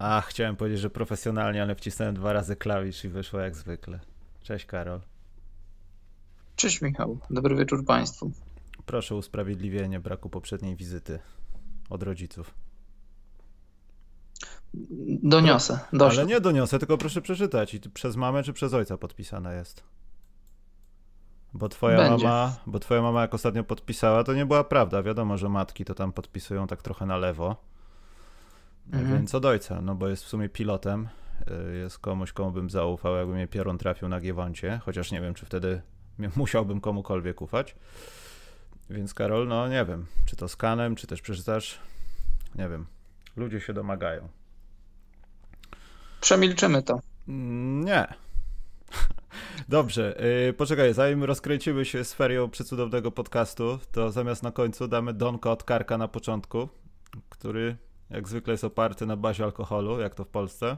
Chciałem powiedzieć, że profesjonalnie, ale wcisnąłem 2 razy klawisz i wyszło jak zwykle. Cześć Karol. Cześć Michał, dobry wieczór Państwu. Proszę o usprawiedliwienie braku poprzedniej wizyty od rodziców. Doniosę, Ale doszło. nie doniosę, tylko proszę przeczytać. I przez mamę czy przez ojca podpisana jest? Będzie. Bo twoja mama jak ostatnio podpisała, to nie była prawda. Wiadomo, że matki to tam podpisują tak trochę na lewo. Więc od ojca, no bo jest w sumie pilotem. Jest komuś, komu bym zaufał, jakby mnie piorun trafił na Giewoncie. Chociaż nie wiem, czy wtedy musiałbym komukolwiek ufać. Więc Karol, no nie wiem, czy to skanem, czy też przeczytasz. Nie wiem. Ludzie się domagają. Przemilczymy to. Nie. Dobrze, poczekaj, zanim rozkręcimy się z ferią przecudownego podcastu, to zamiast na końcu damy Donka od Karka na początku, który jak zwykle jest oparty na bazie alkoholu, jak to w Polsce.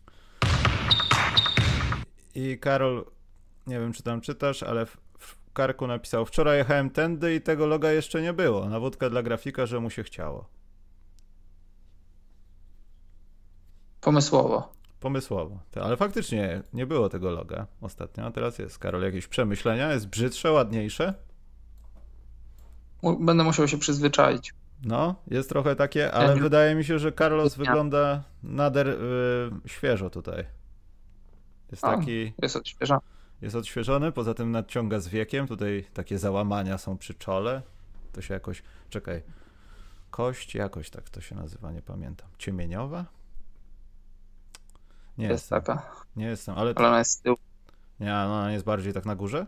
I Karol, nie wiem czy tam czytasz, ale w Karku napisał: wczoraj jechałem tędy i tego loga jeszcze nie było. Na wódkę dla grafika, że mu się chciało. Pomysłowo. Pomysłowo. Ale faktycznie nie było tego loga ostatnio, a teraz jest. Karol, jakieś przemyślenia? Jest brzydsze, ładniejsze? Będę musiał się przyzwyczaić. No, jest trochę takie, ale wydaje mi się, że Carlos wygląda nader świeżo tutaj. Jest taki... Jest odświeżony. Jest odświeżony, poza tym nadciąga z wiekiem. Tutaj takie załamania są przy czole. To się jakoś... Czekaj. Kość jakoś tak to się nazywa, nie pamiętam. Ciemieniowa? Nie jest jestem. taka. Nie jestem, ale... Ale ona jest z tyłu. Nie, ona jest bardziej tak na górze?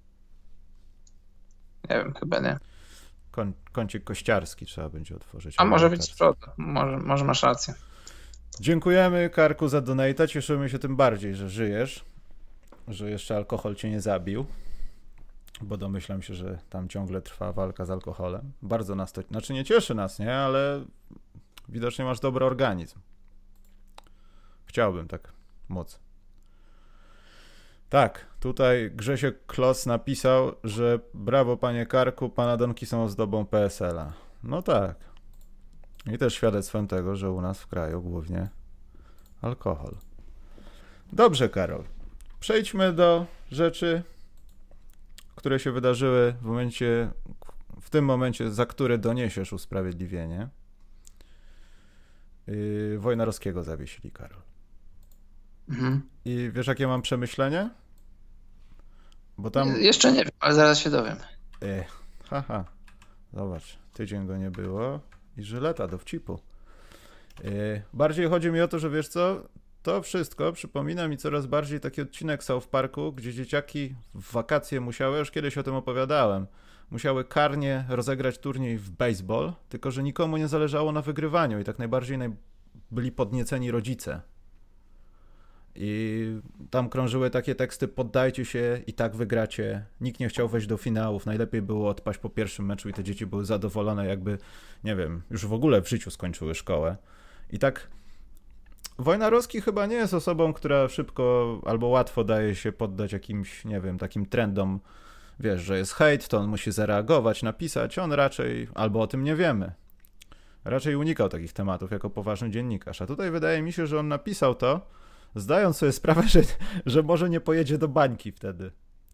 Nie wiem, chyba nie. Kącik kościarski trzeba będzie otworzyć. A może być z przodu. Może masz rację. Dziękujemy Karku za donata. Cieszymy się tym bardziej, że żyjesz. Że jeszcze alkohol cię nie zabił. Bo domyślam się, że tam ciągle trwa walka z alkoholem. Bardzo nas to... Znaczy nie cieszy nas, nie? Ale widocznie masz dobry organizm. Chciałbym tak móc. Tak, tutaj Grzesiek Klos napisał, że brawo panie Karku, pana donki są ozdobą PSL-a. No tak. I też świadectwem tego, że u nas w kraju głównie alkohol. Dobrze, Karol. Przejdźmy do rzeczy, które się wydarzyły w tym momencie, za które doniesiesz usprawiedliwienie. Wojnarowskiego zawiesili, Karol. I wiesz, jakie mam przemyślenie? Bo tam... Jeszcze nie wiem, ale zaraz się dowiem. Zobacz, tydzień go nie było i żyleta dowcipu. Bardziej chodzi mi o to, że wiesz co, to wszystko przypomina mi coraz bardziej taki odcinek South Parku, gdzie dzieciaki w wakacje musiały, już kiedyś o tym opowiadałem, musiały karnie rozegrać turniej w baseball, tylko że nikomu nie zależało na wygrywaniu i tak najbardziej byli podnieceni rodzice. I tam krążyły takie teksty: poddajcie się, i tak wygracie. Nikt nie chciał wejść do finałów. Najlepiej było odpaść po pierwszym meczu i te dzieci były zadowolone, jakby, nie wiem, już w ogóle w życiu skończyły szkołę. I tak Wojnarowski chyba nie jest osobą, która szybko albo łatwo daje się poddać jakimś, nie wiem, takim trendom. Wiesz, że jest hejt, to on musi zareagować, napisać. On raczej, albo o tym nie wiemy, raczej unikał takich tematów jako poważny dziennikarz. A tutaj wydaje mi się, że on napisał to, zdając sobie sprawę, że może nie pojedzie do bańki wtedy.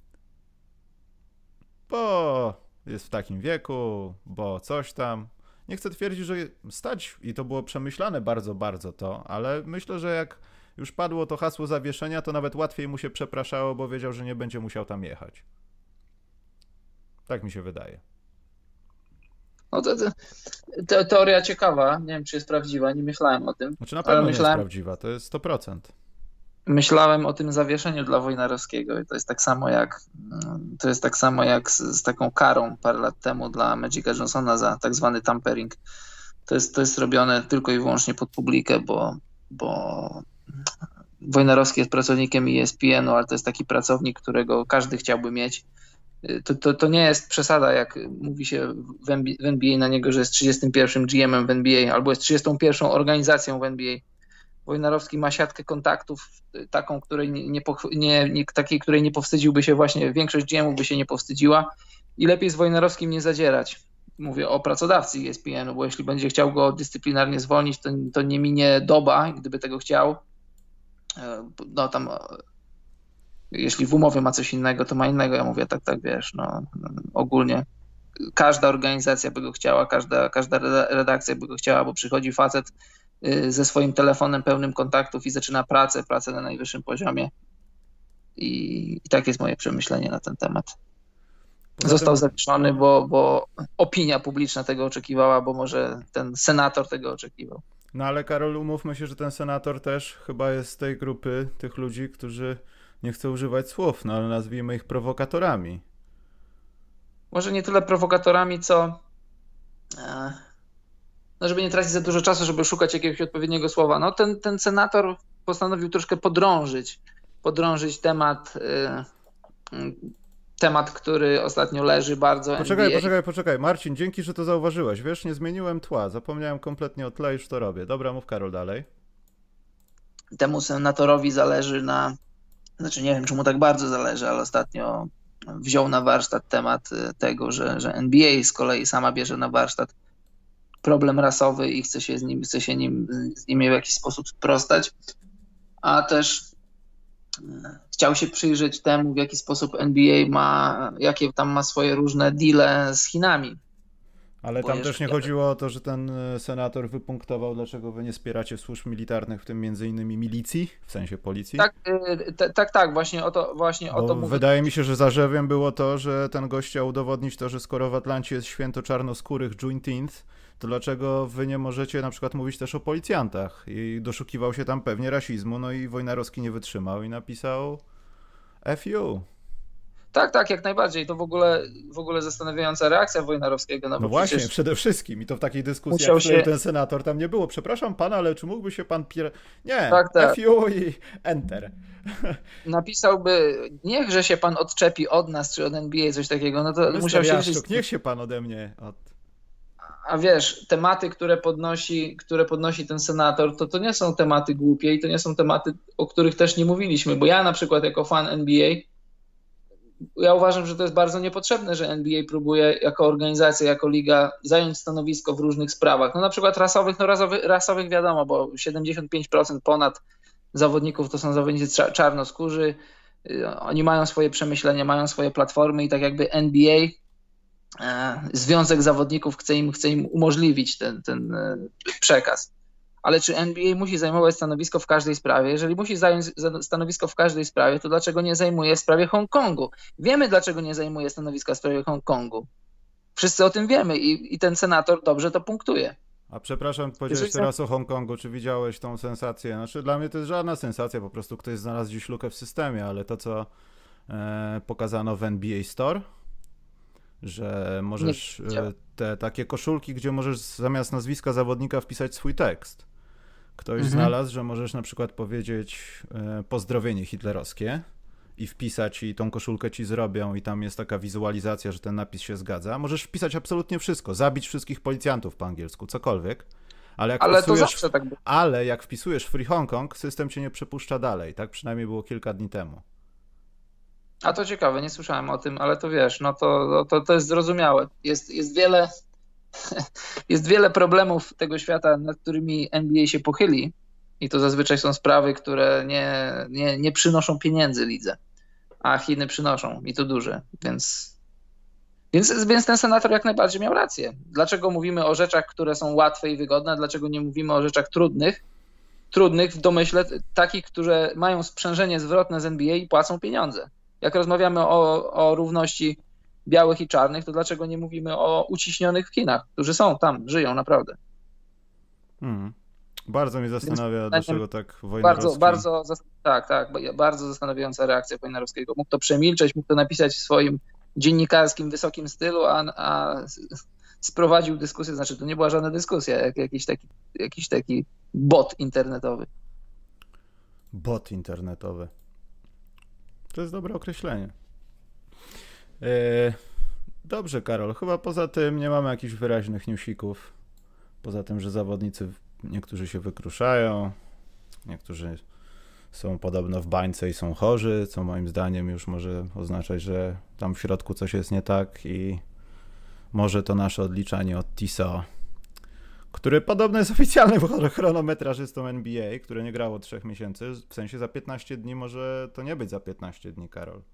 Bo jest w takim wieku, bo coś tam. Nie chcę twierdzić, że stać i to było przemyślane bardzo, bardzo to, ale myślę, że jak już padło to hasło zawieszenia, to nawet łatwiej mu się przepraszało, bo wiedział, że nie będzie musiał tam jechać. Tak mi się wydaje. No to teoria ciekawa. Nie wiem, czy jest prawdziwa. Nie myślałem o tym. Znaczy na pewno nie jest prawdziwa, to jest 100%. Myślałem o tym zawieszeniu dla Wojnarowskiego i to jest tak samo jak z taką karą parę lat temu dla Magica Johnsona za tak zwany tampering. To jest robione tylko i wyłącznie pod publikę, bo Wojnarowski jest pracownikiem ESPN-u, ale to jest taki pracownik, którego każdy chciałby mieć. To nie jest przesada, jak mówi się w NBA na niego, że jest 31 GM-em w NBA albo jest 31 organizacją w NBA. Wojnarowski ma siatkę kontaktów, taką, takiej, której nie powstydziłby się właśnie, większość GM-ów by się nie powstydziła i lepiej z Wojnarowskim nie zadzierać. mówię o pracodawcy ESPN-u, bo jeśli będzie chciał go dyscyplinarnie zwolnić, to nie minie doba, gdyby tego chciał. No tam, jeśli w umowie ma coś innego, to ma innego. Ja mówię tak, wiesz, no ogólnie każda organizacja by go chciała, każda redakcja by go chciała, bo przychodzi facet ze swoim telefonem pełnym kontaktów i zaczyna pracę na najwyższym poziomie. I tak jest moje przemyślenie na ten temat. Został zawieszony, bo opinia publiczna tego oczekiwała, bo może ten senator tego oczekiwał. No ale Karol, umówmy się, że ten senator też chyba jest z tej grupy tych ludzi, którzy nie chcą używać słów, no ale nazwijmy ich prowokatorami. Może nie tyle prowokatorami, co no żeby nie tracić za dużo czasu, żeby szukać jakiegoś odpowiedniego słowa. No ten senator postanowił troszkę podrążyć temat, który ostatnio leży bardzo. Poczekaj. Marcin, dzięki, że to zauważyłeś. Wiesz, nie zmieniłem tła. Zapomniałem kompletnie o tle, już to robię. Dobra, mów Karol dalej. Temu senatorowi zależy znaczy nie wiem, czy mu tak bardzo zależy, ale ostatnio wziął na warsztat temat tego, że NBA z kolei sama bierze na warsztat problem rasowy i chce się z nim w jakiś sposób sprostać, a też chciał się przyjrzeć temu, w jaki sposób NBA jakie tam ma swoje różne deale z Chinami. Ale tam też nie chodziło o to, że ten senator wypunktował, dlaczego wy nie wspieracie służb militarnych, w tym między innymi milicji, w sensie policji? Tak, właśnie o to mówię. Wydaje mi się, że zarzewiem było to, że ten gość chciał udowodnić to, że skoro w Atlancie jest święto czarnoskórych Juneteenth, to dlaczego wy nie możecie na przykład mówić też o policjantach? I doszukiwał się tam pewnie rasizmu, no i Wojnarowski nie wytrzymał i napisał FU. Tak, jak najbardziej. To w ogóle zastanawiająca reakcja Wojnarowskiego. No właśnie, przede wszystkim. I to w takiej dyskusji, jak ten senator, tam nie było. Przepraszam pana, ale czy mógłby się pan... Nie, tak. FU i enter. Napisałby, niechże się pan odczepi od nas, czy od NBA, coś takiego. No to musiał się liczyć. Niech się pan ode mnie A wiesz, tematy, które podnosi ten senator, to nie są tematy głupie i to nie są tematy, o których też nie mówiliśmy, bo ja na przykład jako fan NBA, ja uważam, że to jest bardzo niepotrzebne, że NBA próbuje jako organizacja, jako liga zająć stanowisko w różnych sprawach. No na przykład rasowych wiadomo, bo 75% ponad zawodników to są zawodnicy czarnoskórzy, oni mają swoje przemyślenia, mają swoje platformy i tak jakby NBA, Związek Zawodników chce im umożliwić ten przekaz. Ale czy NBA musi zajmować stanowisko w każdej sprawie? Jeżeli musi zająć stanowisko w każdej sprawie, to dlaczego nie zajmuje w sprawie Hongkongu? Wiemy, dlaczego nie zajmuje stanowiska w sprawie Hongkongu. Wszyscy o tym wiemy i ten senator dobrze to punktuje. A przepraszam, powiedziałeś teraz o Hongkongu, czy widziałeś tą sensację? Znaczy dla mnie to jest żadna sensacja, po prostu ktoś znalazł dziś lukę w systemie, ale to co pokazano w NBA Store, że możesz te takie koszulki, gdzie możesz zamiast nazwiska zawodnika wpisać swój tekst. Ktoś znalazł, że możesz na przykład powiedzieć pozdrowienie hitlerowskie i wpisać i tą koszulkę ci zrobią i tam jest taka wizualizacja, że ten napis się zgadza. Możesz wpisać absolutnie wszystko, zabić wszystkich policjantów po angielsku, cokolwiek. Ale jak wpisujesz Free Hong Kong, system cię nie przepuszcza dalej. Tak przynajmniej było kilka dni temu. A to ciekawe, nie słyszałem o tym, ale to wiesz, no to jest zrozumiałe. Jest wiele problemów tego świata, nad którymi NBA się pochyli i to zazwyczaj są sprawy, które nie przynoszą pieniędzy lidze, a Chiny przynoszą i to duże, więc ten senator jak najbardziej miał rację. Dlaczego mówimy o rzeczach, które są łatwe i wygodne, dlaczego nie mówimy o rzeczach trudnych w domyśle takich, które mają sprzężenie zwrotne z NBA i płacą pieniądze? Jak rozmawiamy o równości białych i czarnych, to dlaczego nie mówimy o uciśnionych w Chinach, którzy są tam, żyją naprawdę? Bardzo mnie zastanawia, dlaczego tak Wojnarowski... Bardzo zastanawiająca reakcja Wojnarowskiego. Mógł to przemilczeć, mógł to napisać w swoim dziennikarskim, wysokim stylu, a sprowadził dyskusję, znaczy to nie była żadna dyskusja, jak jakiś taki bot internetowy. Bot internetowy. To jest dobre określenie. Dobrze, Karol. Chyba poza tym nie mamy jakichś wyraźnych newsików. Poza tym, że zawodnicy niektórzy się wykruszają, niektórzy są podobno w bańce i są chorzy, co moim zdaniem już może oznaczać, że tam w środku coś jest nie tak i może to nasze odliczanie od Tissot, który podobno jest oficjalnym chronometrażystą NBA, który nie grało 3 miesięcy, w sensie za 15 dni może to nie być za 15 dni, Karol.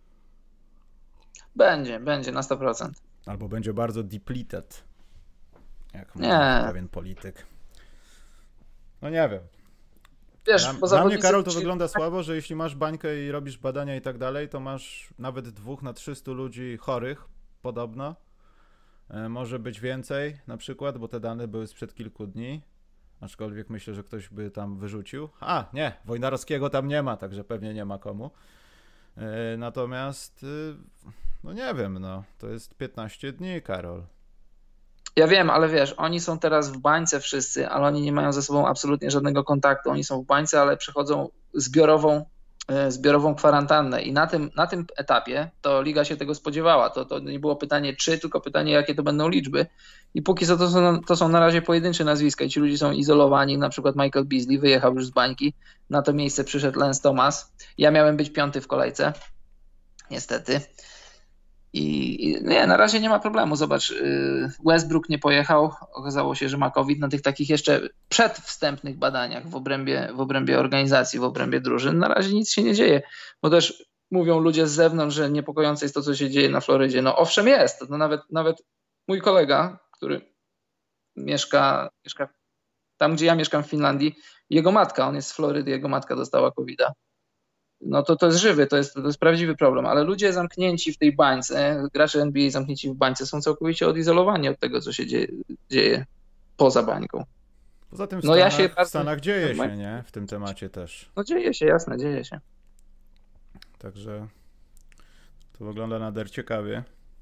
Będzie na 100%. Albo będzie bardzo depleted, jak mówi pewien polityk. No nie wiem. Wiesz, dla mnie, Karol, to wygląda słabo, że jeśli masz bańkę i robisz badania i tak dalej, to masz nawet 2 na 300 ludzi chorych, podobno. Może być więcej na przykład, bo te dane były sprzed kilku dni. Aczkolwiek myślę, że ktoś by tam wyrzucił. Nie, Wojnarowskiego tam nie ma, także pewnie nie ma komu. Natomiast, no nie wiem, to jest 15 dni, Karol. Ja wiem, ale wiesz, oni są teraz w bańce wszyscy, ale oni nie mają ze sobą absolutnie żadnego kontaktu. Oni są w bańce, ale przechodzą zbiorową kwarantannę i na tym etapie to liga się tego spodziewała. To nie było pytanie czy, tylko pytanie jakie to będą liczby. I póki co to są na razie pojedyncze nazwiska i ci ludzie są izolowani. Na przykład Michael Beasley wyjechał już z bańki. Na to miejsce przyszedł Lance Thomas. Ja miałem być 5. w kolejce. Niestety. I nie, na razie nie ma problemu. Zobacz, Westbrook nie pojechał. Okazało się, że ma COVID na tych takich jeszcze przedwstępnych badaniach w obrębie organizacji, w obrębie drużyn. Na razie nic się nie dzieje, bo też mówią ludzie z zewnątrz, że niepokojące jest to, co się dzieje na Florydzie. No owszem jest. No nawet mój kolega, który mieszka tam, gdzie ja mieszkam w Finlandii, jego matka, on jest z Florydy, jego matka dostała COVID-a. No to jest żywy, to jest prawdziwy problem, ale ludzie zamknięci w tej bańce, gracze NBA zamknięci w bańce są całkowicie odizolowani od tego, co się dzieje poza bańką. Poza tym w Stanach dzieje się, nie? W tym temacie też. No dzieje się, jasne, dzieje się. Także to wygląda nader ciekawie.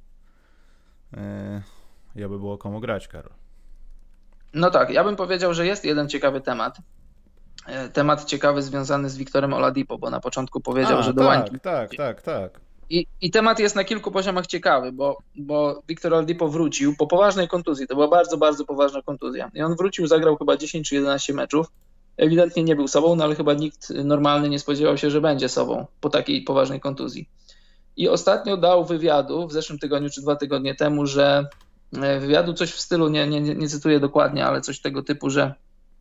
Ja by było komu grać, Karol. No tak, ja bym powiedział, że jest jeden ciekawy temat. Temat ciekawy związany z Victorem Oladipo, bo na początku powiedział, że do łańki. Tak. I temat jest na kilku poziomach ciekawy, bo Victor Oladipo wrócił po poważnej kontuzji. To była bardzo, bardzo poważna kontuzja. I on wrócił, zagrał chyba 10 czy 11 meczów. Ewidentnie nie był sobą, no ale chyba nikt normalny nie spodziewał się, że będzie sobą po takiej poważnej kontuzji. I ostatnio dał wywiadu w zeszłym tygodniu czy 2 tygodnie temu, że wywiadu coś w stylu, nie cytuję dokładnie, ale coś tego typu, że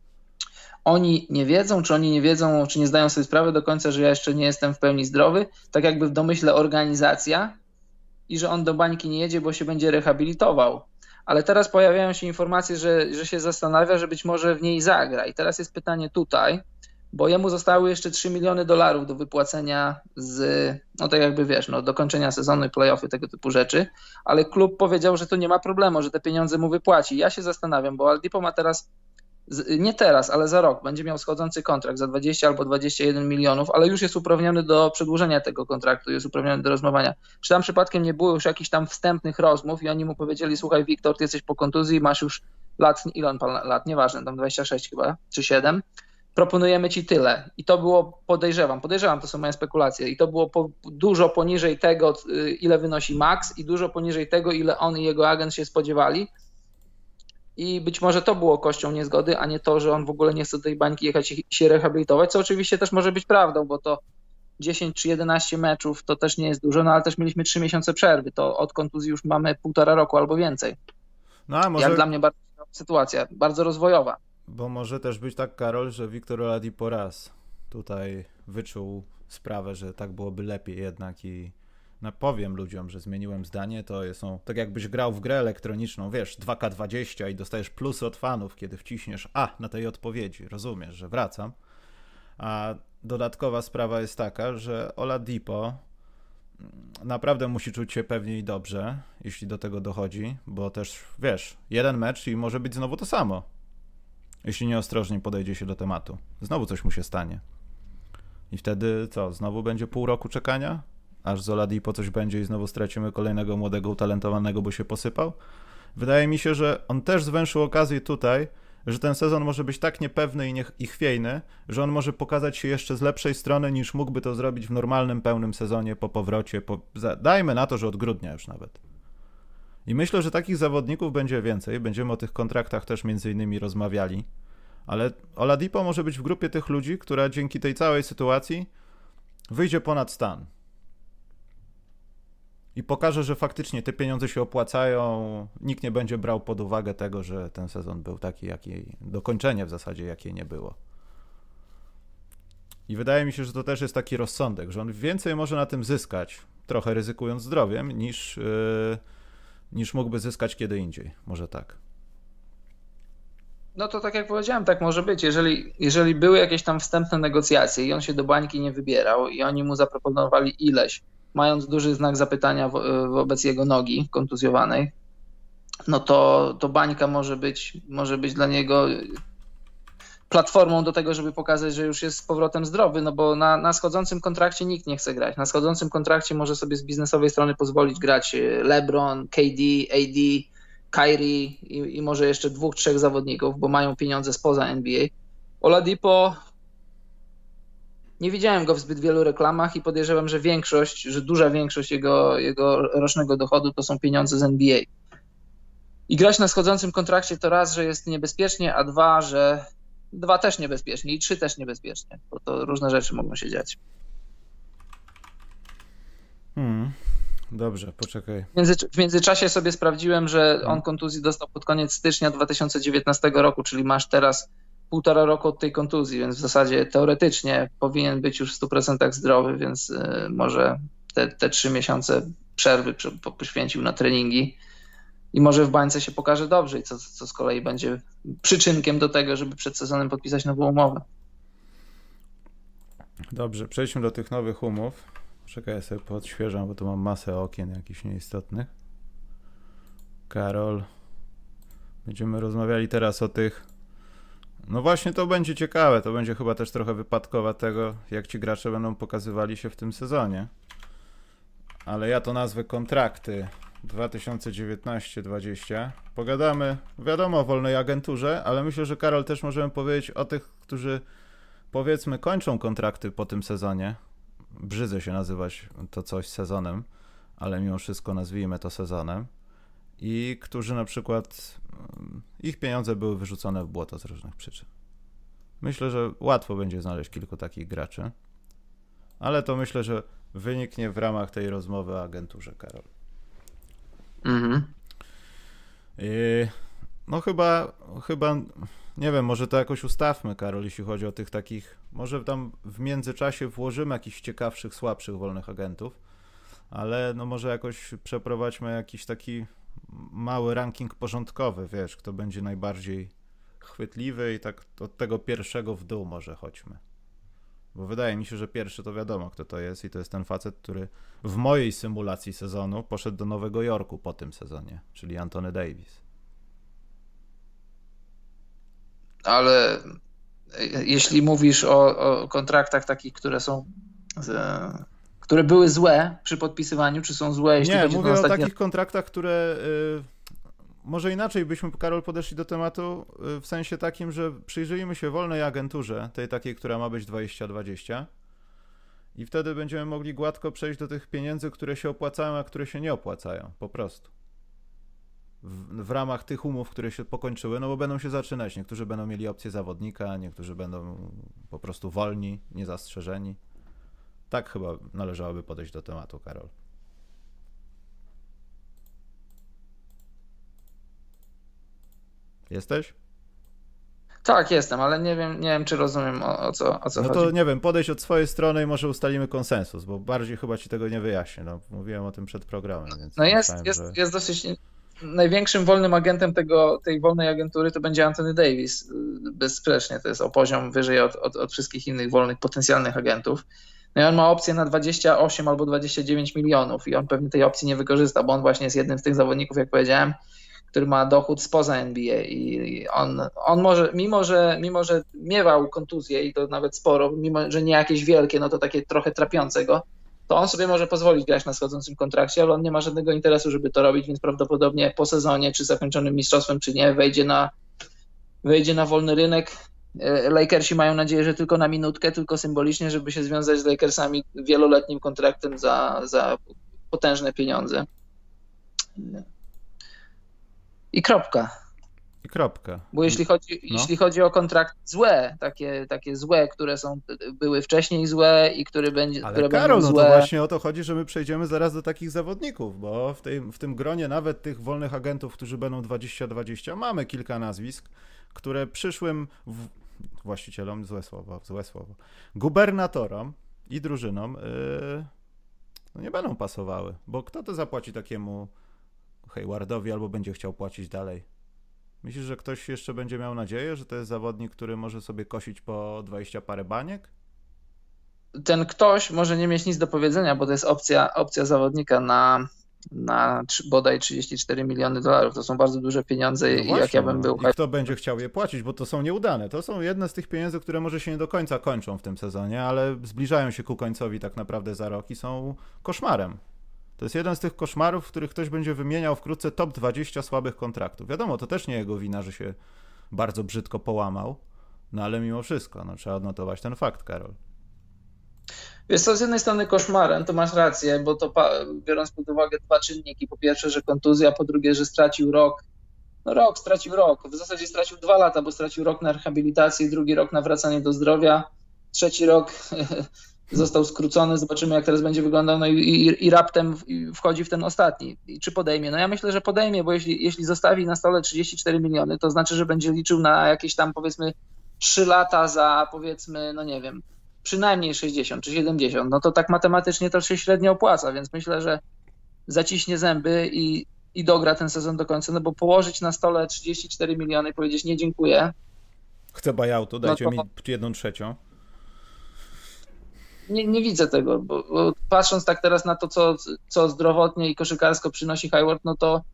oni nie wiedzą, czy nie zdają sobie sprawy do końca, że ja jeszcze nie jestem w pełni zdrowy, tak jakby w domyśle organizacja i że on do bańki nie jedzie, bo się będzie rehabilitował. Ale teraz pojawiają się informacje, że się zastanawia, że być może w niej zagra. I teraz jest pytanie tutaj, bo jemu zostały jeszcze $3 miliony do wypłacenia tak jakby wiesz, do kończenia sezonu i play-offy, tego typu rzeczy, ale klub powiedział, że to nie ma problemu, że te pieniądze mu wypłaci. Ja się zastanawiam, bo Oladipo ma teraz, nie teraz, ale za rok będzie miał schodzący kontrakt za 20 albo 21 milionów, ale już jest uprawniony do przedłużenia tego kontraktu, jest uprawniony do rozmawiania. Czy tam przypadkiem nie było już jakichś tam wstępnych rozmów i oni mu powiedzieli, słuchaj Wiktor, ty jesteś po kontuzji, masz już ile on lat, nieważne, tam 26 chyba, czy 7, proponujemy ci tyle. I to było, podejrzewam, to są moje spekulacje, i to było dużo poniżej tego, ile wynosi max i dużo poniżej tego, ile on i jego agent się spodziewali. I być może to było kością niezgody, a nie to, że on w ogóle nie chce do tej bańki jechać i się rehabilitować, co oczywiście też może być prawdą, bo to 10 czy 11 meczów to też nie jest dużo, no ale też mieliśmy 3 miesiące przerwy, to od kontuzji już mamy 1,5 roku albo więcej. No a może... Jak dla mnie bardzo ciekawa sytuacja, bardzo rozwojowa. Bo może też być tak, Karol, że Victor Oladipo raz tutaj wyczuł sprawę, że tak byłoby lepiej jednak i powiem ludziom, że zmieniłem zdanie, to są tak jakbyś grał w grę elektroniczną, wiesz, 2K20 i dostajesz plusy od fanów, kiedy wciśniesz na tej odpowiedzi, rozumiesz, że wracam. A dodatkowa sprawa jest taka, że Oladipo naprawdę musi czuć się pewnie i dobrze, jeśli do tego dochodzi, bo też, wiesz, jeden mecz i może być znowu to samo, jeśli nieostrożnie podejdzie się do tematu. Znowu coś mu się stanie. I wtedy co, znowu będzie pół roku czekania? Aż z Oladipo coś będzie i znowu stracimy kolejnego młodego, utalentowanego, bo się posypał? Wydaje mi się, że on też zwęszył okazję tutaj, że ten sezon może być tak niepewny i chwiejny, że on może pokazać się jeszcze z lepszej strony, niż mógłby to zrobić w normalnym, pełnym sezonie po powrocie. Dajmy na to, że od grudnia już nawet. I myślę, że takich zawodników będzie więcej. Będziemy o tych kontraktach też między innymi rozmawiali. Ale Oladipo może być w grupie tych ludzi, która dzięki tej całej sytuacji wyjdzie ponad stan. i pokaże, że faktycznie te pieniądze się opłacają, nikt nie będzie brał pod uwagę tego, że ten sezon był taki, dokończenie w zasadzie, jakiej nie było. I wydaje mi się, że to też jest taki rozsądek, że on więcej może na tym zyskać, trochę ryzykując zdrowiem, niż mógłby zyskać kiedy indziej. Może tak. No to tak jak powiedziałem, tak może być. Jeżeli były jakieś tam wstępne negocjacje i on się do bańki nie wybierał i oni mu zaproponowali ileś, mając duży znak zapytania wobec jego nogi kontuzjowanej, no to bańka może być dla niego platformą do tego, żeby pokazać, że już jest z powrotem zdrowy, no bo na schodzącym kontrakcie nikt nie chce grać. Na schodzącym kontrakcie może sobie z biznesowej strony pozwolić grać LeBron, KD, AD, Kyrie i może jeszcze 2-3 zawodników, bo mają pieniądze spoza NBA. Oladipo, nie widziałem go w zbyt wielu reklamach i podejrzewam, że duża większość jego rocznego dochodu to są pieniądze z NBA. I grać na schodzącym kontrakcie to raz, że jest niebezpiecznie, a dwa też niebezpiecznie i 3 też niebezpiecznie, bo to różne rzeczy mogą się dziać. Dobrze, poczekaj. W międzyczasie sobie sprawdziłem, że on kontuzji dostał pod koniec stycznia 2019 roku, czyli masz teraz 1,5 roku od tej kontuzji, więc w zasadzie teoretycznie powinien być już w 100% zdrowy, więc może te 3 miesiące przerwy poświęcił na treningi i może w bańce się pokaże dobrze i co z kolei będzie przyczynkiem do tego, żeby przed sezonem podpisać nową umowę. Dobrze, przejdźmy do tych nowych umów. Czekaj, ja sobie podświeżam, bo tu mam masę okien jakichś nieistotnych. Karol, będziemy rozmawiali teraz o tych... No właśnie to będzie ciekawe, to będzie chyba też trochę wypadkowa tego, jak ci gracze będą pokazywali się w tym sezonie. Ale ja to nazwę kontrakty 2019-20. Pogadamy, wiadomo, o wolnej agenturze, ale myślę, że Karol też możemy powiedzieć o tych, którzy powiedzmy kończą kontrakty po tym sezonie. Brzydzę się nazywać to coś sezonem, ale mimo wszystko nazwijmy to sezonem. I którzy na przykład ich pieniądze były wyrzucone w błoto z różnych przyczyn. Myślę, że łatwo będzie znaleźć kilku takich graczy, ale to myślę, że wyniknie w ramach tej rozmowy o agenturze, Karol. No chyba, nie wiem, może to jakoś ustawmy, Karol, jeśli chodzi o tych takich, może tam w międzyczasie włożymy jakichś ciekawszych, słabszych wolnych agentów, ale no może jakoś przeprowadźmy jakiś taki mały ranking porządkowy, wiesz, kto będzie najbardziej chwytliwy i tak od tego pierwszego w dół może chodźmy. Bo wydaje mi się, że pierwszy to wiadomo, kto to jest i to jest ten facet, który w mojej symulacji sezonu poszedł do Nowego Jorku po tym sezonie, czyli Anthony Davis. Ale jeśli mówisz o kontraktach takich, które były złe przy podpisywaniu, czy są złe, jeśli chodzi o mówię o takich kontraktach, które może inaczej byśmy, Karol, podeszli do tematu w sensie takim, że przyjrzyjmy się wolnej agenturze, tej takiej, która ma być 2020 i wtedy będziemy mogli gładko przejść do tych pieniędzy, które się opłacają, a które się nie opłacają, po prostu. W ramach tych umów, które się pokończyły, no bo będą się zaczynać. Niektórzy będą mieli opcję zawodnika, niektórzy będą po prostu wolni, niezastrzeżeni. Tak chyba należałoby podejść do tematu, Karol. Jesteś? Tak, jestem, ale nie wiem, czy rozumiem o co chodzi. No to nie wiem, podejdź od swojej strony i może ustalimy konsensus, bo bardziej chyba ci tego nie wyjaśnię. No, mówiłem o tym przed programem, więc... No jest dosyć... Największym wolnym agentem tej wolnej agentury to będzie Anthony Davis, bezsprzecznie. To jest o poziom wyżej od wszystkich innych wolnych potencjalnych agentów. No i on ma opcję na 28 albo 29 milionów i on pewnie tej opcji nie wykorzysta, bo on właśnie jest jednym z tych zawodników, jak powiedziałem, który ma dochód spoza NBA i on może, mimo że miewał kontuzje i to nawet sporo, mimo że nie jakieś wielkie, no to takie trochę trapiące go, to on sobie może pozwolić grać na schodzącym kontrakcie, ale on nie ma żadnego interesu, żeby to robić, więc prawdopodobnie po sezonie, czy zakończonym mistrzostwem, czy nie, wejdzie na wolny rynek. Lakersi mają nadzieję, że tylko na minutkę, tylko symbolicznie, żeby się związać z Lakersami wieloletnim kontraktem za potężne pieniądze. I kropka. I kropka. Bo jeśli chodzi o kontrakt złe, takie złe, które były wcześniej złe i które Ale Karol, będą no złe. to właśnie o to chodzi, że my przejdziemy zaraz do takich zawodników, bo w tym gronie nawet tych wolnych agentów, którzy będą 2020, mamy kilka nazwisk, które przyszłym właścicielom, złe słowo, gubernatorom i drużynom no nie będą pasowały, bo kto to zapłaci takiemu Haywardowi albo będzie chciał płacić dalej? Myślisz, że ktoś jeszcze będzie miał nadzieję, że to jest zawodnik, który może sobie kosić po 20 parę baniek? Ten ktoś może nie mieć nic do powiedzenia, bo to jest opcja zawodnika na bodaj 34 miliony dolarów. To są bardzo duże pieniądze No i właśnie, jak ja bym był... I kto będzie chciał je płacić, bo to są nieudane. To są jedne z tych pieniędzy, które może się nie do końca kończą w tym sezonie, ale zbliżają się ku końcowi tak naprawdę za rok i są koszmarem. To jest jeden z tych koszmarów, w których ktoś będzie wymieniał wkrótce top 20 słabych kontraktów. Wiadomo, to też nie jego wina, że się bardzo brzydko połamał, no ale mimo wszystko, no, trzeba odnotować ten fakt, Karol. Wiesz co, z jednej strony koszmarem, to masz rację, bo to biorąc pod uwagę dwa czynniki. Po pierwsze, że kontuzja, po drugie, że stracił rok. No stracił rok. W zasadzie stracił 2 lata, bo stracił rok na rehabilitację, drugi rok na wracanie do zdrowia, trzeci rok został skrócony, zobaczymy jak teraz będzie wyglądał, no i raptem wchodzi w ten ostatni. I czy podejmie? No ja myślę, że podejmie, bo jeśli zostawi na stole 34 miliony, to znaczy, że będzie liczył na jakieś tam powiedzmy 3 lata za powiedzmy, no nie wiem, przynajmniej 60 czy 70, no to tak matematycznie to się średnio opłaca, więc myślę, że zaciśnie zęby i dogra ten sezon do końca, no bo położyć na stole 34 miliony i powiedzieć nie dziękuję. Chcę buyoutu, dajcie no mi 1/3. Nie widzę tego, bo patrząc tak teraz na to, co zdrowotnie i koszykarsko przynosi Hayward, no to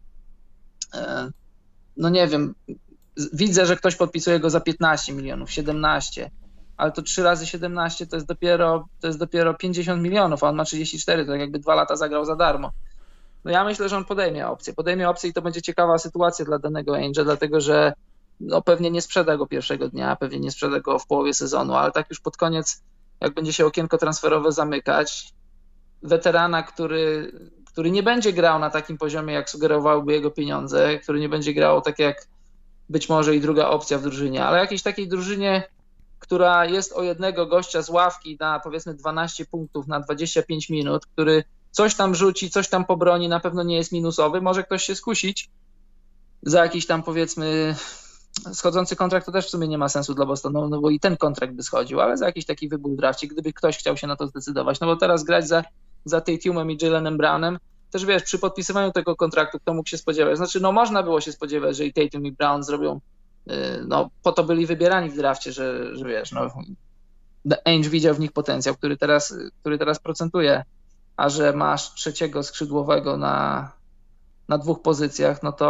no nie wiem, widzę, że ktoś podpisuje go za 15 milionów, 17, ale to 3 razy 17 to jest dopiero 50 milionów, a on ma 34, to jakby 2 lata zagrał za darmo. No ja myślę, że on podejmie opcję i to będzie ciekawa sytuacja dla danego Ainge'a, dlatego że no pewnie nie sprzeda go pierwszego dnia, pewnie nie sprzeda go w połowie sezonu, ale tak już pod koniec, jak będzie się okienko transferowe zamykać, weterana, który nie będzie grał na takim poziomie, jak sugerowałyby jego pieniądze, który nie będzie grał tak jak być może i druga opcja w drużynie, ale jakiejś takiej drużynie, która jest o jednego gościa z ławki na powiedzmy 12 punktów na 25 minut, który coś tam rzuci, coś tam pobroni, na pewno nie jest minusowy, może ktoś się skusić za jakiś tam powiedzmy schodzący kontrakt, to też w sumie nie ma sensu dla Bostonu, no bo i ten kontrakt by schodził, ale za jakiś taki wybór w drafcie, gdyby ktoś chciał się na to zdecydować, no bo teraz grać za Tatumem i Jaylenem Brownem, też wiesz, przy podpisywaniu tego kontraktu kto mógł się spodziewać, znaczy no można było się spodziewać, że i Tatum i Brown zrobią, no po to byli wybierani w drafcie, że wiesz, no Ainge widział w nich potencjał, który teraz procentuje, a że masz trzeciego skrzydłowego na 2 pozycjach, no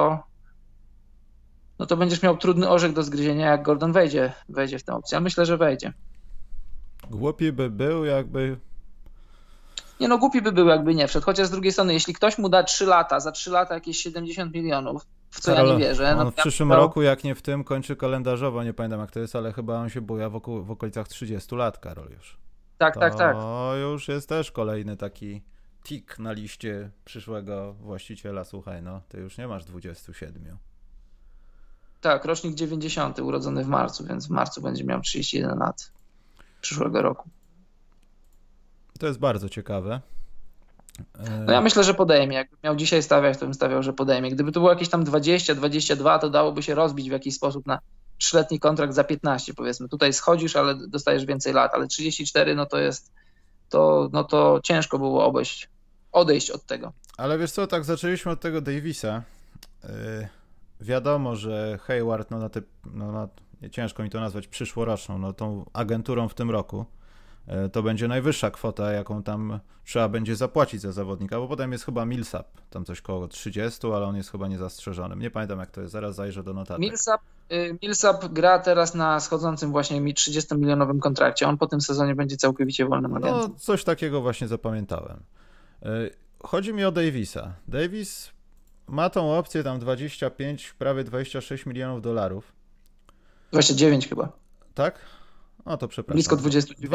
to będziesz miał trudny orzech do zgryzienia, jak Gordon wejdzie w tę opcję. Ja myślę, że wejdzie. Głupi by był, jakby... Nie no, głupi by był, jakby nie wszedł. Chociaż z drugiej strony, jeśli ktoś mu da 3 lata, za 3 lata jakieś 70 milionów, w co Karol, ja nie wierzę. On w przyszłym roku, jak nie w tym, kończy kalendarzowo, nie pamiętam jak to jest, ale chyba on się buja w okolicach 30 lat, Karol, już. Tak. To już jest też kolejny taki tik na liście przyszłego właściciela. Słuchaj, no, ty już nie masz 27. Tak, rocznik 90, urodzony w marcu, więc w marcu będzie miał 31 lat przyszłego roku. To jest bardzo ciekawe. No ja myślę, że podejmie. Jakbym miał dzisiaj stawiać, to bym stawiał, że podejmie. Gdyby to było jakieś tam 20, 22, to dałoby się rozbić w jakiś sposób na 3-letni kontrakt za 15, powiedzmy. Tutaj schodzisz, ale dostajesz więcej lat, ale 34, no to jest, to ciężko było odejść od tego. Ale wiesz co, tak zaczęliśmy od tego Davisa. Wiadomo, że Hayward, ciężko mi to nazwać przyszłoroczną, no tą agenturą w tym roku, to będzie najwyższa kwota, jaką tam trzeba będzie zapłacić za zawodnika, bo potem jest chyba Millsap, tam coś koło 30, ale on jest chyba niezastrzeżonym. Nie pamiętam jak to jest, zaraz zajrzę do notatek. Millsap gra teraz na schodzącym właśnie 30-milionowym kontrakcie. On po tym sezonie będzie całkowicie wolnym agentem. No, coś takiego właśnie zapamiętałem. Chodzi mi o Davisa. Davis ma tą opcję tam 25, prawie 26 milionów dolarów. 29 chyba. Tak? No to przepraszam. Blisko 29.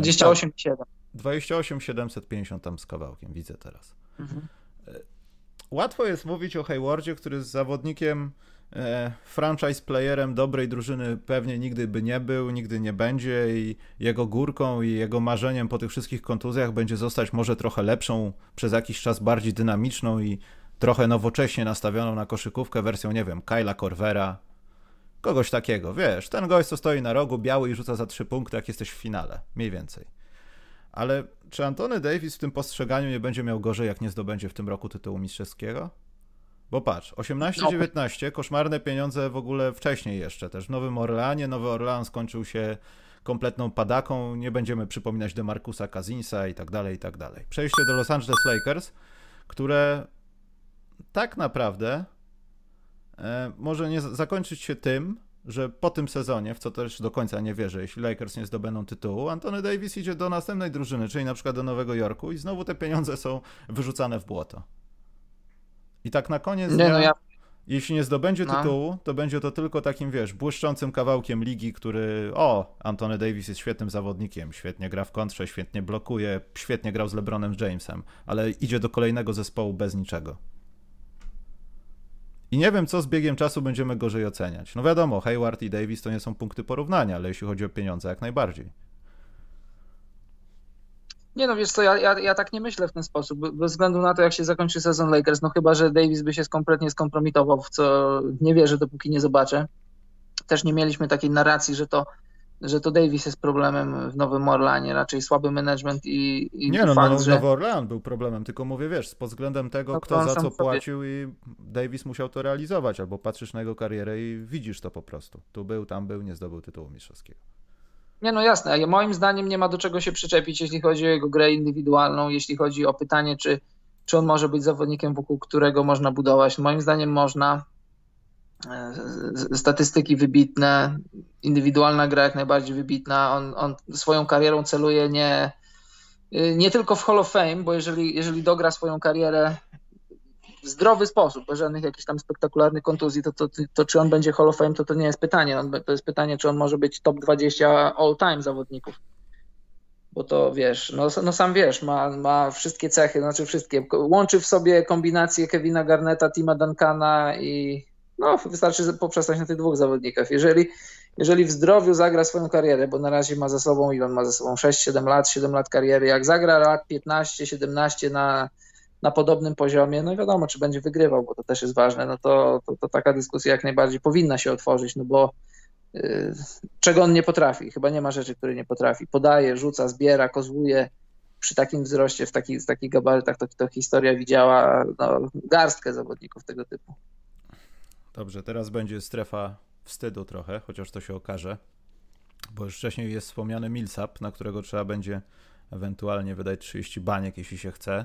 28,7. 28 750 tam z kawałkiem, widzę teraz. łatwo jest mówić o Haywardzie, który jest zawodnikiem, franchise playerem dobrej drużyny pewnie nigdy by nie był, nigdy nie będzie i jego górką i jego marzeniem po tych wszystkich kontuzjach będzie zostać może trochę lepszą, przez jakiś czas bardziej dynamiczną i trochę nowocześnie nastawioną na koszykówkę wersją, nie wiem, Kyla Korvera, kogoś takiego, wiesz, ten gość, co stoi na rogu, biały i rzuca za 3 punkty, jak jesteś w finale, mniej więcej. Ale czy Anthony Davis w tym postrzeganiu nie będzie miał gorzej, jak nie zdobędzie w tym roku tytułu mistrzowskiego? Bo patrz, 18-19, koszmarne pieniądze w ogóle wcześniej jeszcze też w Nowym Orleanie. Nowy Orlean skończył się kompletną padaką, nie będziemy przypominać DeMarcusa Cousinsa i tak dalej, i tak dalej. Przejście do Los Angeles Lakers, które tak naprawdę może nie zakończyć się tym, że po tym sezonie, w co też do końca nie wierzę, jeśli Lakers nie zdobędą tytułu, Anthony Davis idzie do następnej drużyny, czyli na przykład do Nowego Jorku i znowu te pieniądze są wyrzucane w błoto. I tak na koniec dnia, jeśli nie zdobędzie tytułu, to będzie to tylko takim, wiesz, błyszczącym kawałkiem ligi, który, Anthony Davis jest świetnym zawodnikiem, świetnie gra w kontrze, świetnie blokuje, świetnie grał z LeBronem Jamesem, ale idzie do kolejnego zespołu bez niczego. I nie wiem, co z biegiem czasu będziemy gorzej oceniać. No wiadomo, Hayward i Davis to nie są punkty porównania, ale jeśli chodzi o pieniądze, jak najbardziej. Nie no, wiesz co, ja tak nie myślę w ten sposób, bez względu na to, jak się zakończy sezon Lakers, no chyba, że Davis by się kompletnie skompromitował, w co nie wierzę, dopóki nie zobaczę. Też nie mieliśmy takiej narracji, że to Davis jest problemem w Nowym Orleanie, raczej słaby management i nie, no, fakt, że... Nowy Orlean był problemem, tylko mówię, wiesz, pod względem tego, kto za co płacił i Davis musiał to realizować, albo patrzysz na jego karierę i widzisz to po prostu. Tu był, tam był, nie zdobył tytułu mistrzowskiego. Nie, no jasne, moim zdaniem nie ma do czego się przyczepić, jeśli chodzi o jego grę indywidualną, jeśli chodzi o pytanie, czy on może być zawodnikiem, wokół którego można budować. Moim zdaniem można. Statystyki wybitne, indywidualna gra jak najbardziej wybitna. On swoją karierą celuje nie tylko w Hall of Fame, bo jeżeli dogra swoją karierę w zdrowy sposób, bez żadnych jakichś tam spektakularnych kontuzji, to czy on będzie Hall of Fame, to nie jest pytanie. To jest pytanie, czy on może być top 20 all-time zawodników. Bo to wiesz, no sam wiesz, ma wszystkie cechy, znaczy wszystkie. Łączy w sobie kombinację Kevina Garnetta, Tima Duncana i wystarczy poprzestać na tych dwóch zawodnikach. Jeżeli w zdrowiu zagra swoją karierę, bo na razie ma za sobą, ile on ma za sobą? 7 lat kariery. Jak zagra lat 15, 17 na podobnym poziomie, no wiadomo, czy będzie wygrywał, bo to też jest ważne, no to taka dyskusja jak najbardziej powinna się otworzyć, no bo czego on nie potrafi? Chyba nie ma rzeczy, której nie potrafi. Podaje, rzuca, zbiera, kozłuje. Przy takim wzroście, w takich gabarytach to historia widziała garstkę zawodników tego typu. Dobrze, teraz będzie strefa wstydu trochę, chociaż to się okaże, bo już wcześniej jest wspomniany Millsap, na którego trzeba będzie ewentualnie wydać 30 baniek, jeśli się chce.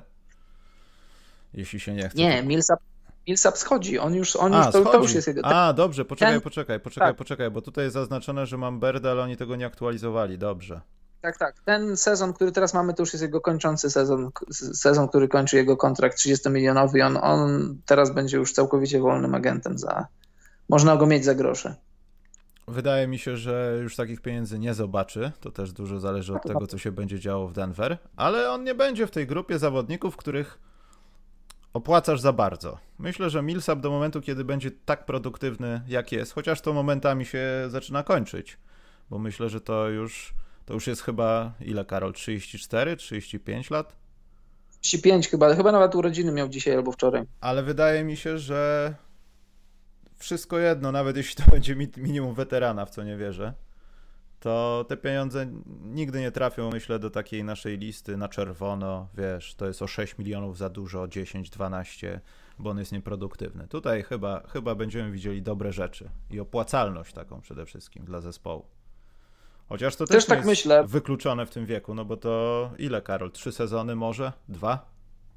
Jeśli się nie chce. Nie, to... Millsap schodzi, on już jest jego... Dobrze, poczekaj, bo tutaj jest zaznaczone, że mam Berdę, ale oni tego nie aktualizowali, dobrze. Tak. Ten sezon, który teraz mamy, to już jest jego kończący sezon, który kończy jego kontrakt 30-milionowy i on teraz będzie już całkowicie wolnym agentem. Można go mieć za grosze. Wydaje mi się, że już takich pieniędzy nie zobaczy. To też dużo zależy od tego, co się będzie działo w Denver, ale on nie będzie w tej grupie zawodników, których opłacasz za bardzo. Myślę, że Millsap do momentu, kiedy będzie tak produktywny, jak jest, chociaż to momentami się zaczyna kończyć, bo myślę, że to już jest chyba, ile Karol, 34, 35 lat? 35 chyba nawet urodziny miał dzisiaj albo wczoraj. Ale wydaje mi się, że wszystko jedno, nawet jeśli to będzie minimum weterana, w co nie wierzę, to te pieniądze nigdy nie trafią, myślę, do takiej naszej listy na czerwono, wiesz, to jest o 6 milionów za dużo, 10, 12, bo on jest nieproduktywny. Tutaj chyba będziemy widzieli dobre rzeczy i opłacalność taką przede wszystkim dla zespołu. Chociaż to też tak jest myślę. Wykluczone w tym wieku, no bo to ile, Karol? 3 sezony może? 2?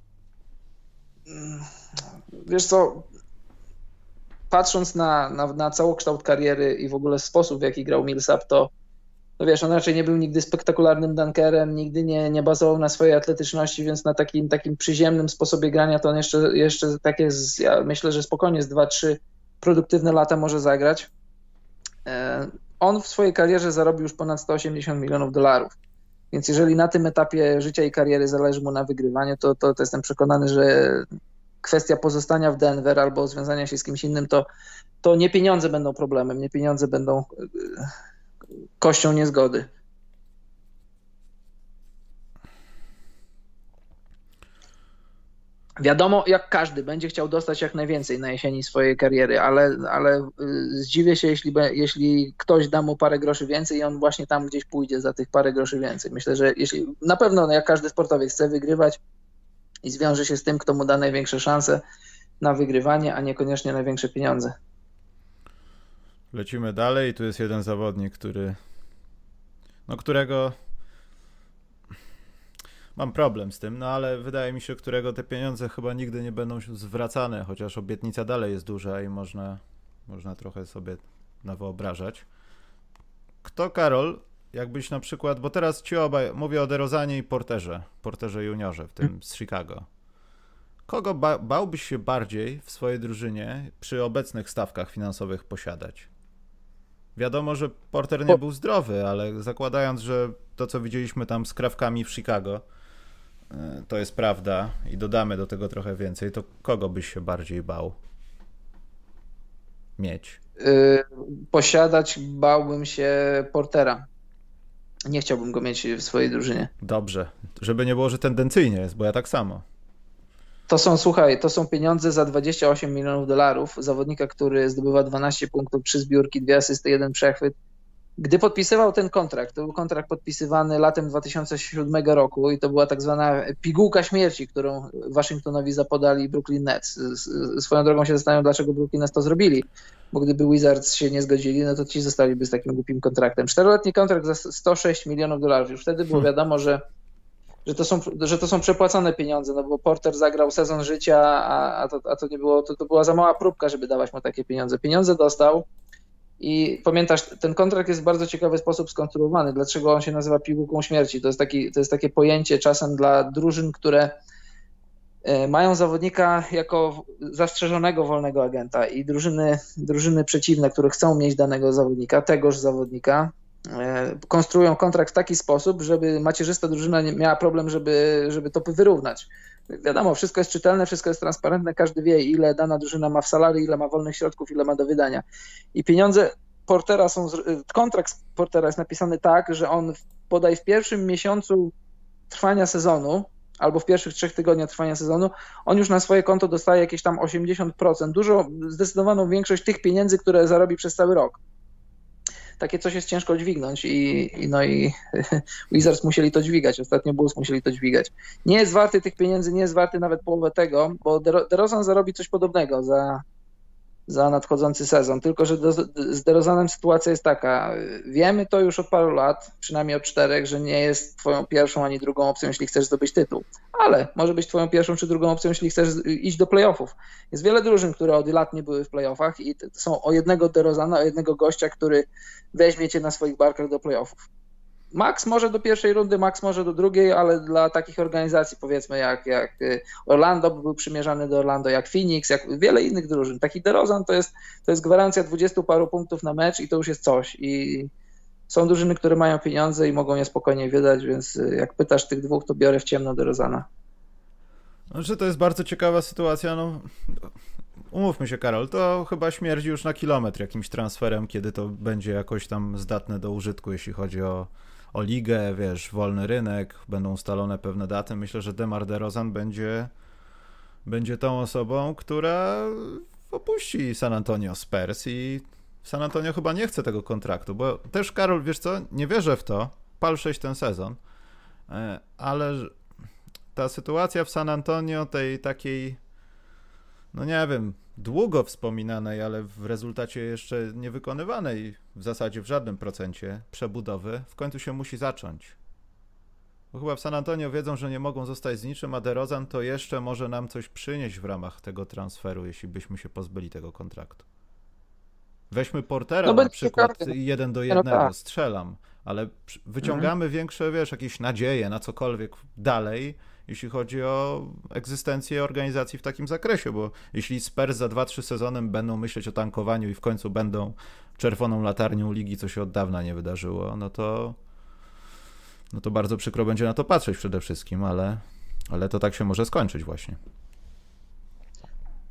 Wiesz co, patrząc na całokształt kariery i w ogóle sposób, w jaki grał Millsap, to wiesz, on raczej nie był nigdy spektakularnym dunkerem, nigdy nie bazował na swojej atletyczności, więc na takim przyziemnym sposobie grania to on jeszcze takie, ja myślę, że spokojnie z 2-3 produktywne lata może zagrać. On w swojej karierze zarobił już ponad $180 milionów, więc jeżeli na tym etapie życia i kariery zależy mu na wygrywaniu, to jestem przekonany, kwestia pozostania w Denver albo związania się z kimś innym, to nie pieniądze będą problemem, nie pieniądze będą kością niezgody. Wiadomo, jak każdy będzie chciał dostać jak najwięcej na jesieni swojej kariery, ale zdziwię się, jeśli ktoś da mu parę groszy więcej i on właśnie tam gdzieś pójdzie za tych parę groszy więcej. Myślę, że na pewno jak każdy sportowiec chce wygrywać i zwiąże się z tym, kto mu da największe szanse na wygrywanie, a niekoniecznie największe pieniądze. Lecimy dalej. Tu jest jeden zawodnik, którego mam problem z tym, ale wydaje mi się, którego te pieniądze chyba nigdy nie będą zwracane, chociaż obietnica dalej jest duża i można trochę sobie nawyobrażać. Kto, Karol, jakbyś na przykład, bo teraz ci obaj, mówię o DeRozanie i Porterze juniorze, w tym z Chicago. Kogo bałbyś się bardziej w swojej drużynie przy obecnych stawkach finansowych posiadać? Wiadomo, że Porter nie był zdrowy, ale zakładając, że to, co widzieliśmy tam z krawkami w Chicago, to jest prawda i dodamy do tego trochę więcej, to kogo byś się bardziej bał mieć? Posiadać bałbym się Portera. Nie chciałbym go mieć w swojej drużynie. Dobrze, żeby nie było, że tendencyjnie jest, bo ja tak samo. To są pieniądze za $28 milionów, zawodnika, który zdobywa 12 punktów, 3 zbiórki, 2 asysty, 1 przechwyt. Gdy podpisywał ten kontrakt, to był kontrakt podpisywany latem 2007 roku i to była tak zwana pigułka śmierci, którą Waszyngtonowi zapodali Brooklyn Nets. Swoją drogą się zastanawiam, dlaczego Brooklyn Nets to zrobili, bo gdyby Wizards się nie zgodzili, no to ci zostaliby z takim głupim kontraktem. 4-letni kontrakt za $106 milionów. Już wtedy było wiadomo, że to są przepłacone pieniądze, no bo Porter zagrał sezon życia, a to nie było, to była za mała próbka, żeby dawać mu takie pieniądze. Pieniądze dostał i pamiętasz, ten kontrakt jest w bardzo ciekawy sposób skonstruowany. Dlaczego on się nazywa pigułką śmierci? To jest takie pojęcie czasem dla drużyn, które mają zawodnika jako zastrzeżonego wolnego agenta i drużyny przeciwne, które chcą mieć danego zawodnika, tegoż zawodnika, konstruują kontrakt w taki sposób, żeby macierzysta drużyna nie miała problem, żeby to wyrównać. Wiadomo, wszystko jest czytelne, wszystko jest transparentne, każdy wie, ile dana drużyna ma w salarii, ile ma wolnych środków, ile ma do wydania. I pieniądze Portera kontrakt Portera jest napisany tak, że on bodaj w pierwszym miesiącu trwania sezonu, albo w pierwszych 3 tygodniach trwania sezonu, on już na swoje konto dostaje jakieś tam 80%, zdecydowaną większość tych pieniędzy, które zarobi przez cały rok. Takie coś jest ciężko dźwignąć i Wizards musieli to dźwigać, ostatnio Bulls musieli to dźwigać. Nie jest warty tych pieniędzy, nie jest warty nawet połowę tego, bo DeRozan zarobi coś podobnego za nadchodzący sezon, tylko że z DeRozanem sytuacja jest taka, wiemy to już od paru lat, przynajmniej od 4, że nie jest twoją pierwszą ani drugą opcją, jeśli chcesz zdobyć tytuł, ale może być twoją pierwszą czy drugą opcją, jeśli chcesz iść do playoffów. Jest wiele drużyn, które od lat nie były w playoffach i są o jednego DeRozana, o jednego gościa, który weźmie cię na swoich barkach do playoffów. Max może do pierwszej rundy, Max może do drugiej, ale dla takich organizacji powiedzmy jak Orlando był przymierzany do Orlando, jak Phoenix, jak wiele innych drużyn. Taki DeRozan to jest gwarancja 20 paru punktów na mecz i to już jest coś. I są drużyny, które mają pieniądze i mogą je spokojnie wydać, więc jak pytasz tych dwóch, to biorę w ciemno DeRozana. Znaczy to jest bardzo ciekawa sytuacja, no umówmy się, Karol, to chyba śmierdzi już na kilometr jakimś transferem, kiedy to będzie jakoś tam zdatne do użytku, jeśli chodzi o ligę, wiesz, wolny rynek, będą ustalone pewne daty. Myślę, że DeMar DeRozan będzie tą osobą, która opuści San Antonio Spurs i San Antonio chyba nie chce tego kontraktu, bo też, Karol, wiesz co, nie wierzę w to, pal 6 ten sezon, ale ta sytuacja w San Antonio, tej takiej, no nie wiem, długo wspominanej, ale w rezultacie jeszcze niewykonywanej w zasadzie w żadnym procencie przebudowy, w końcu się musi zacząć. Bo chyba w San Antonio wiedzą, że nie mogą zostać z niczym, a DeRozan to jeszcze może nam coś przynieść w ramach tego transferu, jeśli byśmy się pozbyli tego kontraktu. Weźmy Portera na przykład 1-1, strzelam, ale wyciągamy większe, wiesz, jakieś nadzieje na cokolwiek dalej, jeśli chodzi o egzystencję organizacji w takim zakresie, bo jeśli Spurs za 2-3 sezony będą myśleć o tankowaniu i w końcu będą czerwoną latarnią ligi, co się od dawna nie wydarzyło, no to bardzo przykro będzie na to patrzeć przede wszystkim, ale to tak się może skończyć właśnie.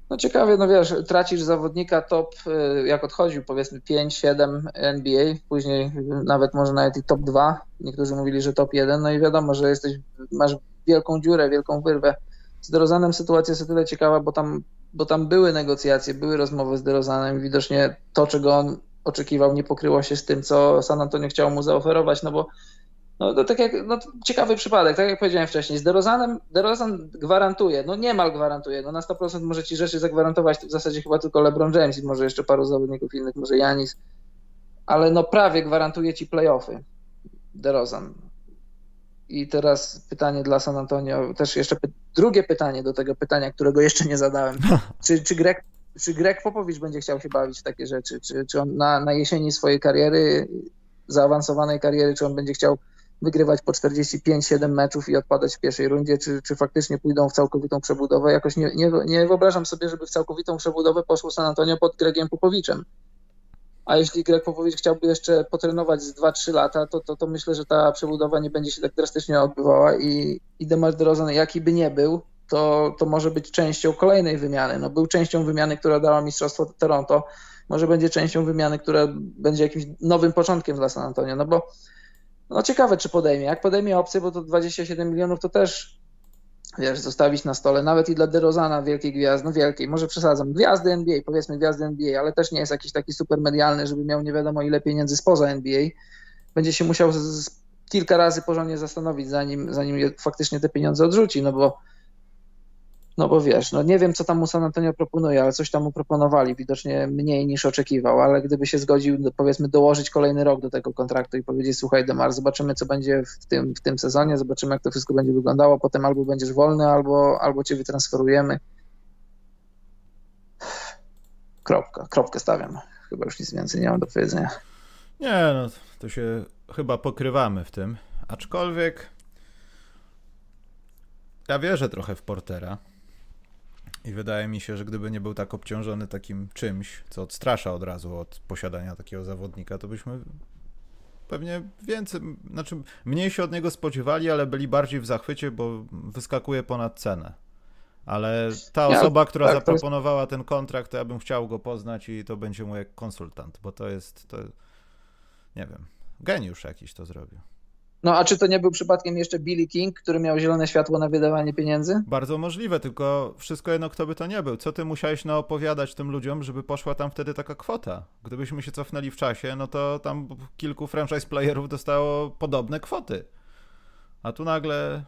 No ciekawie, no wiesz, tracisz zawodnika top, jak odchodził, powiedzmy 5-7 NBA, później nawet i top 2, niektórzy mówili, że top 1, no i wiadomo, że masz wielką dziurę, wielką wyrwę. Z DeRozanem sytuacja jest o tyle ciekawa, bo tam były negocjacje, były rozmowy z DeRozanem i widocznie to, czego on oczekiwał, nie pokryło się z tym, co San Antonio chciało mu zaoferować, no bo no tak jak, no ciekawy przypadek, tak jak powiedziałem wcześniej, z DeRozan gwarantuje, no niemal gwarantuje, no na 100% może ci rzeczy zagwarantować w zasadzie chyba tylko LeBron James i może jeszcze paru zawodników innych, może Giannis, ale no prawie gwarantuje ci playoffy DeRozan. I teraz pytanie dla San Antonio, też jeszcze drugie pytanie do tego pytania, którego jeszcze nie zadałem. Czy Greg Popovich będzie chciał się bawić w takie rzeczy? Czy on na jesieni swojej kariery, zaawansowanej kariery, czy on będzie chciał wygrywać po 45-7 meczów i odpadać w pierwszej rundzie, czy faktycznie pójdą w całkowitą przebudowę? Jakoś nie wyobrażam sobie, żeby w całkowitą przebudowę poszło San Antonio pod Gregiem Popowiczem. A jeśli Greg Popovich chciałby jeszcze potrenować z 2-3 lata, to myślę, że ta przebudowa nie będzie się tak drastycznie odbywała i DeMar DeRozan, jaki by nie był, to może być częścią kolejnej wymiany. No, był częścią wymiany, która dała mistrzostwo Toronto, może będzie częścią wymiany, która będzie jakimś nowym początkiem dla San Antonio, no bo no ciekawe, czy podejmie. Jak podejmie opcję, bo to 27 milionów to też, wiesz, zostawić na stole, nawet i dla DeRozana wielkiej gwiazdy, no wielkiej, może przesadzam, gwiazdy NBA, powiedzmy gwiazdy NBA, ale też nie jest jakiś taki super medialny, żeby miał nie wiadomo ile pieniędzy spoza NBA. Będzie się musiał kilka razy porządnie zastanowić, zanim faktycznie te pieniądze odrzuci, no bo wiesz, no nie wiem, co tam mu San Antonio proponuje, ale coś tam mu proponowali, widocznie mniej niż oczekiwał, ale gdyby się zgodził, powiedzmy, dołożyć kolejny rok do tego kontraktu i powiedzieć, słuchaj DeMar, zobaczymy, co będzie w tym sezonie, zobaczymy, jak to wszystko będzie wyglądało, potem albo będziesz wolny, albo cię wytransferujemy. Kropkę stawiam. Chyba już nic więcej nie mam do powiedzenia. Nie, no to się chyba pokrywamy w tym, aczkolwiek ja wierzę trochę w Portera. I wydaje mi się, że gdyby nie był tak obciążony takim czymś, co odstrasza od razu od posiadania takiego zawodnika, to byśmy pewnie mniej się od niego spodziewali, ale byli bardziej w zachwycie, bo wyskakuje ponad cenę. Ale ta osoba, która zaproponowała ten kontrakt, to ja bym chciał go poznać i to będzie mój konsultant, bo to nie wiem, geniusz jakiś to zrobił. No a czy to nie był przypadkiem jeszcze Billy King, który miał zielone światło na wydawanie pieniędzy? Bardzo możliwe, tylko wszystko jedno, kto by to nie był. Co ty musiałeś naopowiadać tym ludziom, żeby poszła tam wtedy taka kwota? Gdybyśmy się cofnęli w czasie, no to tam kilku franchise playerów dostało podobne kwoty. A tu nagle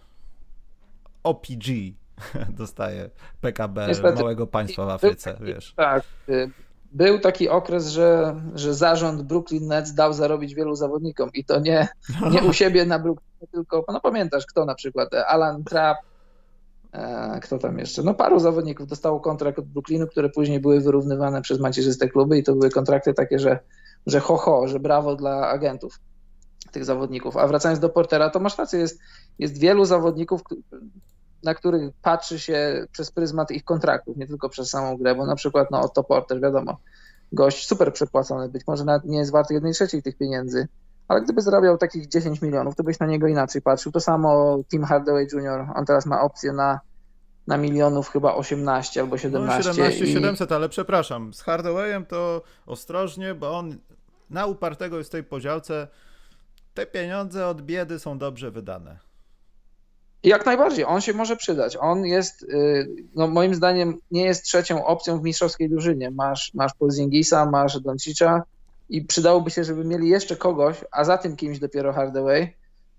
OPG dostaje PKB niestety, małego państwa w Afryce, wiesz. Tak, był taki okres, że zarząd Brooklyn Nets dał zarobić wielu zawodnikom i to nie u siebie na Brooklynie, tylko, no pamiętasz, kto na przykład, Alan Trapp, kto tam jeszcze, no paru zawodników dostało kontrakt od Brooklynu, które później były wyrównywane przez macierzyste kluby i to były kontrakty takie, że że brawo dla agentów tych zawodników. A wracając do Portera, to masz rację, jest wielu zawodników, na których patrzy się przez pryzmat ich kontraktów, nie tylko przez samą grę, bo na przykład Otto Porter, wiadomo, gość super przepłacony, być może nawet nie jest wart 1/3 tych pieniędzy, ale gdyby zarabiał takich 10 milionów, to byś na niego inaczej patrzył. To samo Tim Hardaway Jr., on teraz ma opcję na milionów chyba 18 albo 17. No 17-700, ale przepraszam, z Hardawayem to ostrożnie, bo on na upartego jest w tej podziałce, te pieniądze od biedy są dobrze wydane. Jak najbardziej, on się może przydać. On jest, no moim zdaniem, nie jest trzecią opcją w mistrzowskiej drużynie. Masz Porzingisa, masz Doncicza i przydałoby się, żeby mieli jeszcze kogoś, a za tym kimś dopiero Hardaway.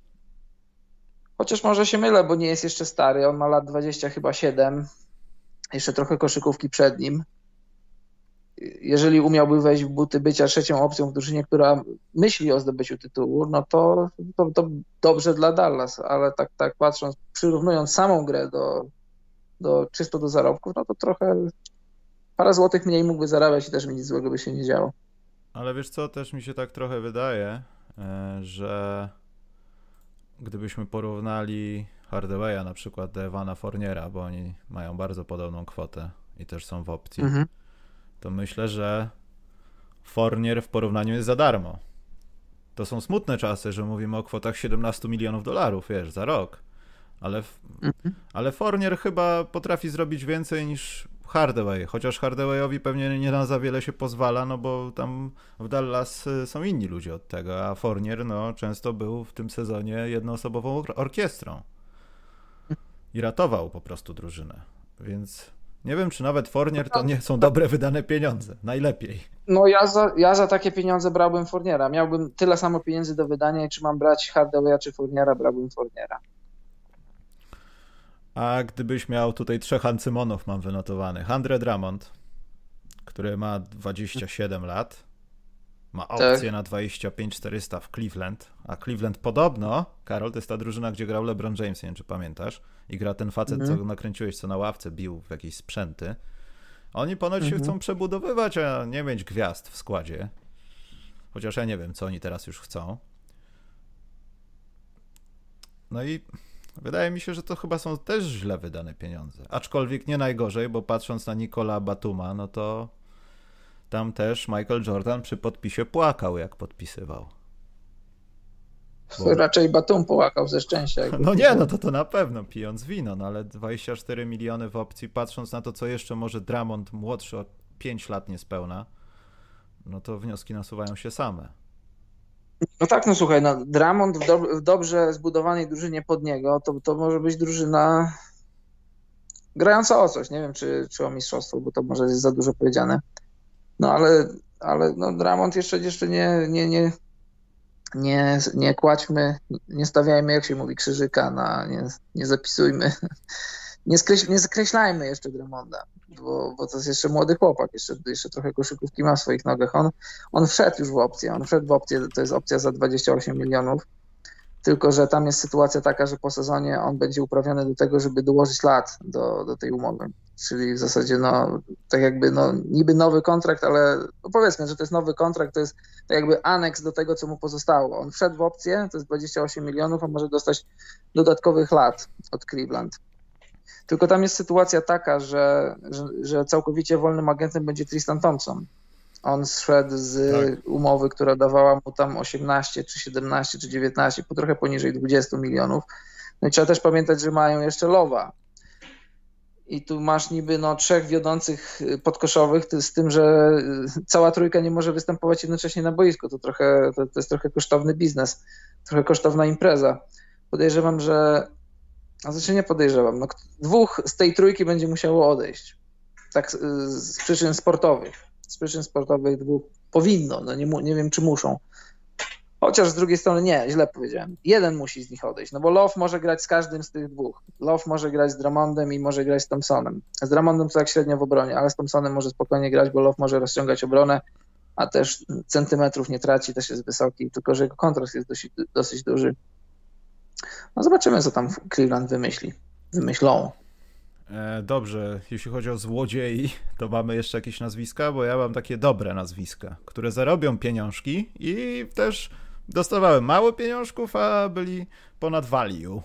Chociaż może się mylę, bo nie jest jeszcze stary. On ma lat 20 chyba 7. Jeszcze trochę koszykówki przed nim. Jeżeli umiałby wejść w buty bycia trzecią opcją w drużynie, która myśli o zdobyciu tytułu, no to dobrze dla Dallas, ale tak patrząc, przyrównując samą grę czysto do zarobków, no to trochę parę złotych mniej mógłby zarabiać i też mi nic złego by się nie działo. Ale wiesz co, też mi się tak trochę wydaje, że gdybyśmy porównali Hardawaya na przykład do Evana Fourniera, bo oni mają bardzo podobną kwotę i też są w opcji, to myślę, że Fournier w porównaniu jest za darmo. To są smutne czasy, że mówimy o kwotach $17 milionów, wiesz, za rok. Ale Fournier chyba potrafi zrobić więcej niż Hardaway, chociaż Hardawayowi pewnie nie na za wiele się pozwala, no bo tam w Dallas są inni ludzie od tego, a Fournier no często był w tym sezonie jednoosobową orkiestrą i ratował po prostu drużynę, więc nie wiem, czy nawet Fournier to nie są dobre wydane pieniądze, najlepiej. No ja za takie pieniądze brałbym Fourniera, miałbym tyle samo pieniędzy do wydania i czy mam brać Hardawaya czy Fourniera, brałbym Fourniera. A gdybyś miał tutaj 3 Ancymonów, mam wynotowanych. Andre Drummond, który ma 27 lat, ma opcję na 25-400 w Cleveland, a Cleveland podobno, Karol, to jest ta drużyna, gdzie grał LeBron James, nie wiem, czy pamiętasz, i gra ten facet, co nakręciłeś, co na ławce bił w jakieś sprzęty. Oni ponoć się chcą przebudowywać, a nie mieć gwiazd w składzie. Chociaż ja nie wiem, co oni teraz już chcą. No i wydaje mi się, że to chyba są też źle wydane pieniądze. Aczkolwiek nie najgorzej, bo patrząc na Nicola Batuma, no to tam też Michael Jordan przy podpisie płakał, jak podpisywał. Bo... Raczej Batum płakał ze szczęścia. No nie, no to na pewno, pijąc wino, no ale 24 miliony w opcji, patrząc na to, co jeszcze może Drummond młodszy o 5 lat niespełna, no to wnioski nasuwają się same. No tak, no słuchaj, no Drummond w dobrze zbudowanej drużynie pod niego, to może być drużyna grająca o coś, nie wiem, czy o mistrzostwo, bo to może jest za dużo powiedziane. No ale no Drummond jeszcze nie kładźmy, nie stawiajmy, jak się mówi, krzyżyka, nie zapisujmy, nie skreślajmy jeszcze Drummonda, bo to jest jeszcze młody chłopak, jeszcze trochę koszykówki ma w swoich nogach. On wszedł już w opcję, to jest opcja za 28 milionów, tylko że tam jest sytuacja taka, że po sezonie on będzie uprawiony do tego, żeby dołożyć lat do tej umowy. Czyli w zasadzie tak jakby niby nowy kontrakt, ale powiedzmy, że to jest nowy kontrakt, to jest tak jakby aneks do tego, co mu pozostało. On wszedł w opcję, to jest 28 milionów, on może dostać dodatkowych lat od Cleveland. Tylko tam jest sytuacja taka, że całkowicie wolnym agentem będzie Tristan Thompson. On zszedł z umowy, która dawała mu tam 18, czy 17, czy 19, trochę poniżej 20 milionów. No i trzeba też pamiętać, że mają jeszcze Lowa. I tu masz niby 3 wiodących podkoszowych, z tym, że cała trójka nie może występować jednocześnie na boisku. To jest trochę kosztowny biznes, trochę kosztowna impreza. Podejrzewam, znaczy nie podejrzewam, 2 z tej trójki będzie musiało odejść. Tak z przyczyn sportowych. Z przyczyn sportowych 2 powinno, nie wiem, czy muszą. Chociaż z drugiej strony nie, źle powiedziałem. Jeden musi z nich odejść, bo Love może grać z każdym z tych 2. Love może grać z Drummondem i może grać z Thompsonem. Z Drummondem to tak średnio w obronie, ale z Thompsonem może spokojnie grać, bo Love może rozciągać obronę, a też centymetrów nie traci, też jest wysoki, tylko że jego kontrakt jest dosyć duży. No zobaczymy, co tam Cleveland wymyślą. Dobrze, jeśli chodzi o złodziei, to mamy jeszcze jakieś nazwiska, bo ja mam takie dobre nazwiska, które zarobią pieniążki i też dostawały mało pieniążków, a byli ponad value.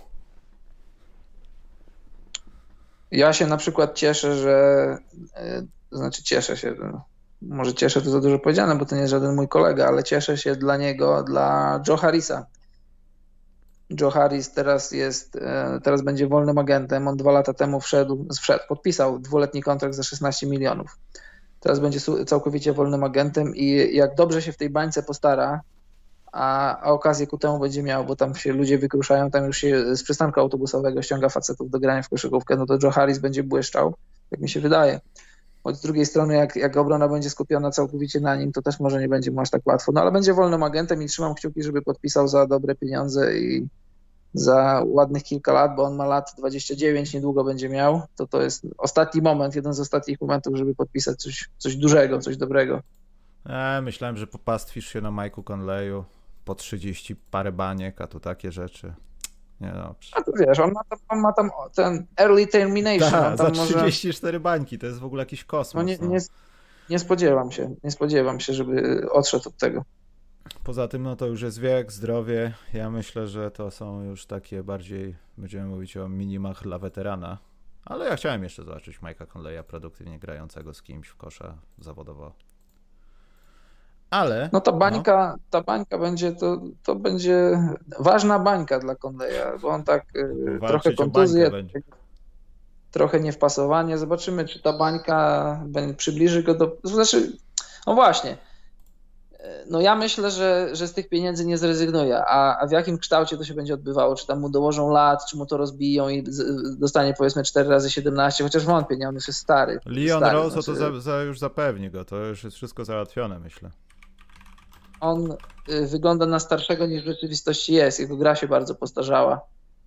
Ja się na przykład cieszę, cieszę się, może cieszę to za dużo powiedziane, bo to nie jest żaden mój kolega, ale cieszę się dla Joe Harrisa. Joe Harris teraz będzie wolnym agentem. On 2 lata temu podpisał 2-letni kontrakt za 16 milionów. Teraz będzie całkowicie wolnym agentem i jak dobrze się w tej bańce postara, a okazję ku temu będzie miał, bo tam się ludzie wykruszają, tam już się z przystanku autobusowego ściąga facetów do grania w koszykówkę, no to Joe Harris będzie błyszczał, jak mi się wydaje. Choć z drugiej strony, jak obrona będzie skupiona całkowicie na nim, to też może nie będzie mu aż tak łatwo. No ale będzie wolnym agentem i trzymam kciuki, żeby podpisał za dobre pieniądze i za ładnych kilka lat, bo on ma lat 29, niedługo będzie miał. To jest ostatni moment, jeden z ostatnich momentów, żeby podpisać coś dużego, coś dobrego. Myślałem, że popastwisz się na Mike'u Conleyu po 30 parę baniek, a tu takie rzeczy. Nie dobrze. A to wiesz, on ma tam ten early termination. Za 34 bańki, to jest w ogóle jakiś kosmos. Nie spodziewam się, żeby odszedł od tego. Poza tym, to już jest wiek, zdrowie. Ja myślę, że to są już takie bardziej, będziemy mówić o minimach dla weterana. Ale ja chciałem jeszcze zobaczyć Mike'a Conleya produktywnie grającego z kimś w kosza zawodowo. Ale... ta bańka będzie, to będzie ważna bańka dla Conleya, bo on tak trochę kontuzję. trochę niewpasowanie. Zobaczymy, czy ta bańka przybliży go do... Znaczy, no właśnie, no ja myślę, że z tych pieniędzy nie zrezygnuje, a w jakim kształcie to się będzie odbywało? Czy tam mu dołożą lat, czy mu to rozbiją i dostanie powiedzmy 4 razy 17, chociaż wątpię, nie, on już jest stary. Leon stary, Rose znaczy, to już zapewni go, to już jest wszystko załatwione, myślę. On wygląda na starszego niż w rzeczywistości jest, jego gra się bardzo postarzała.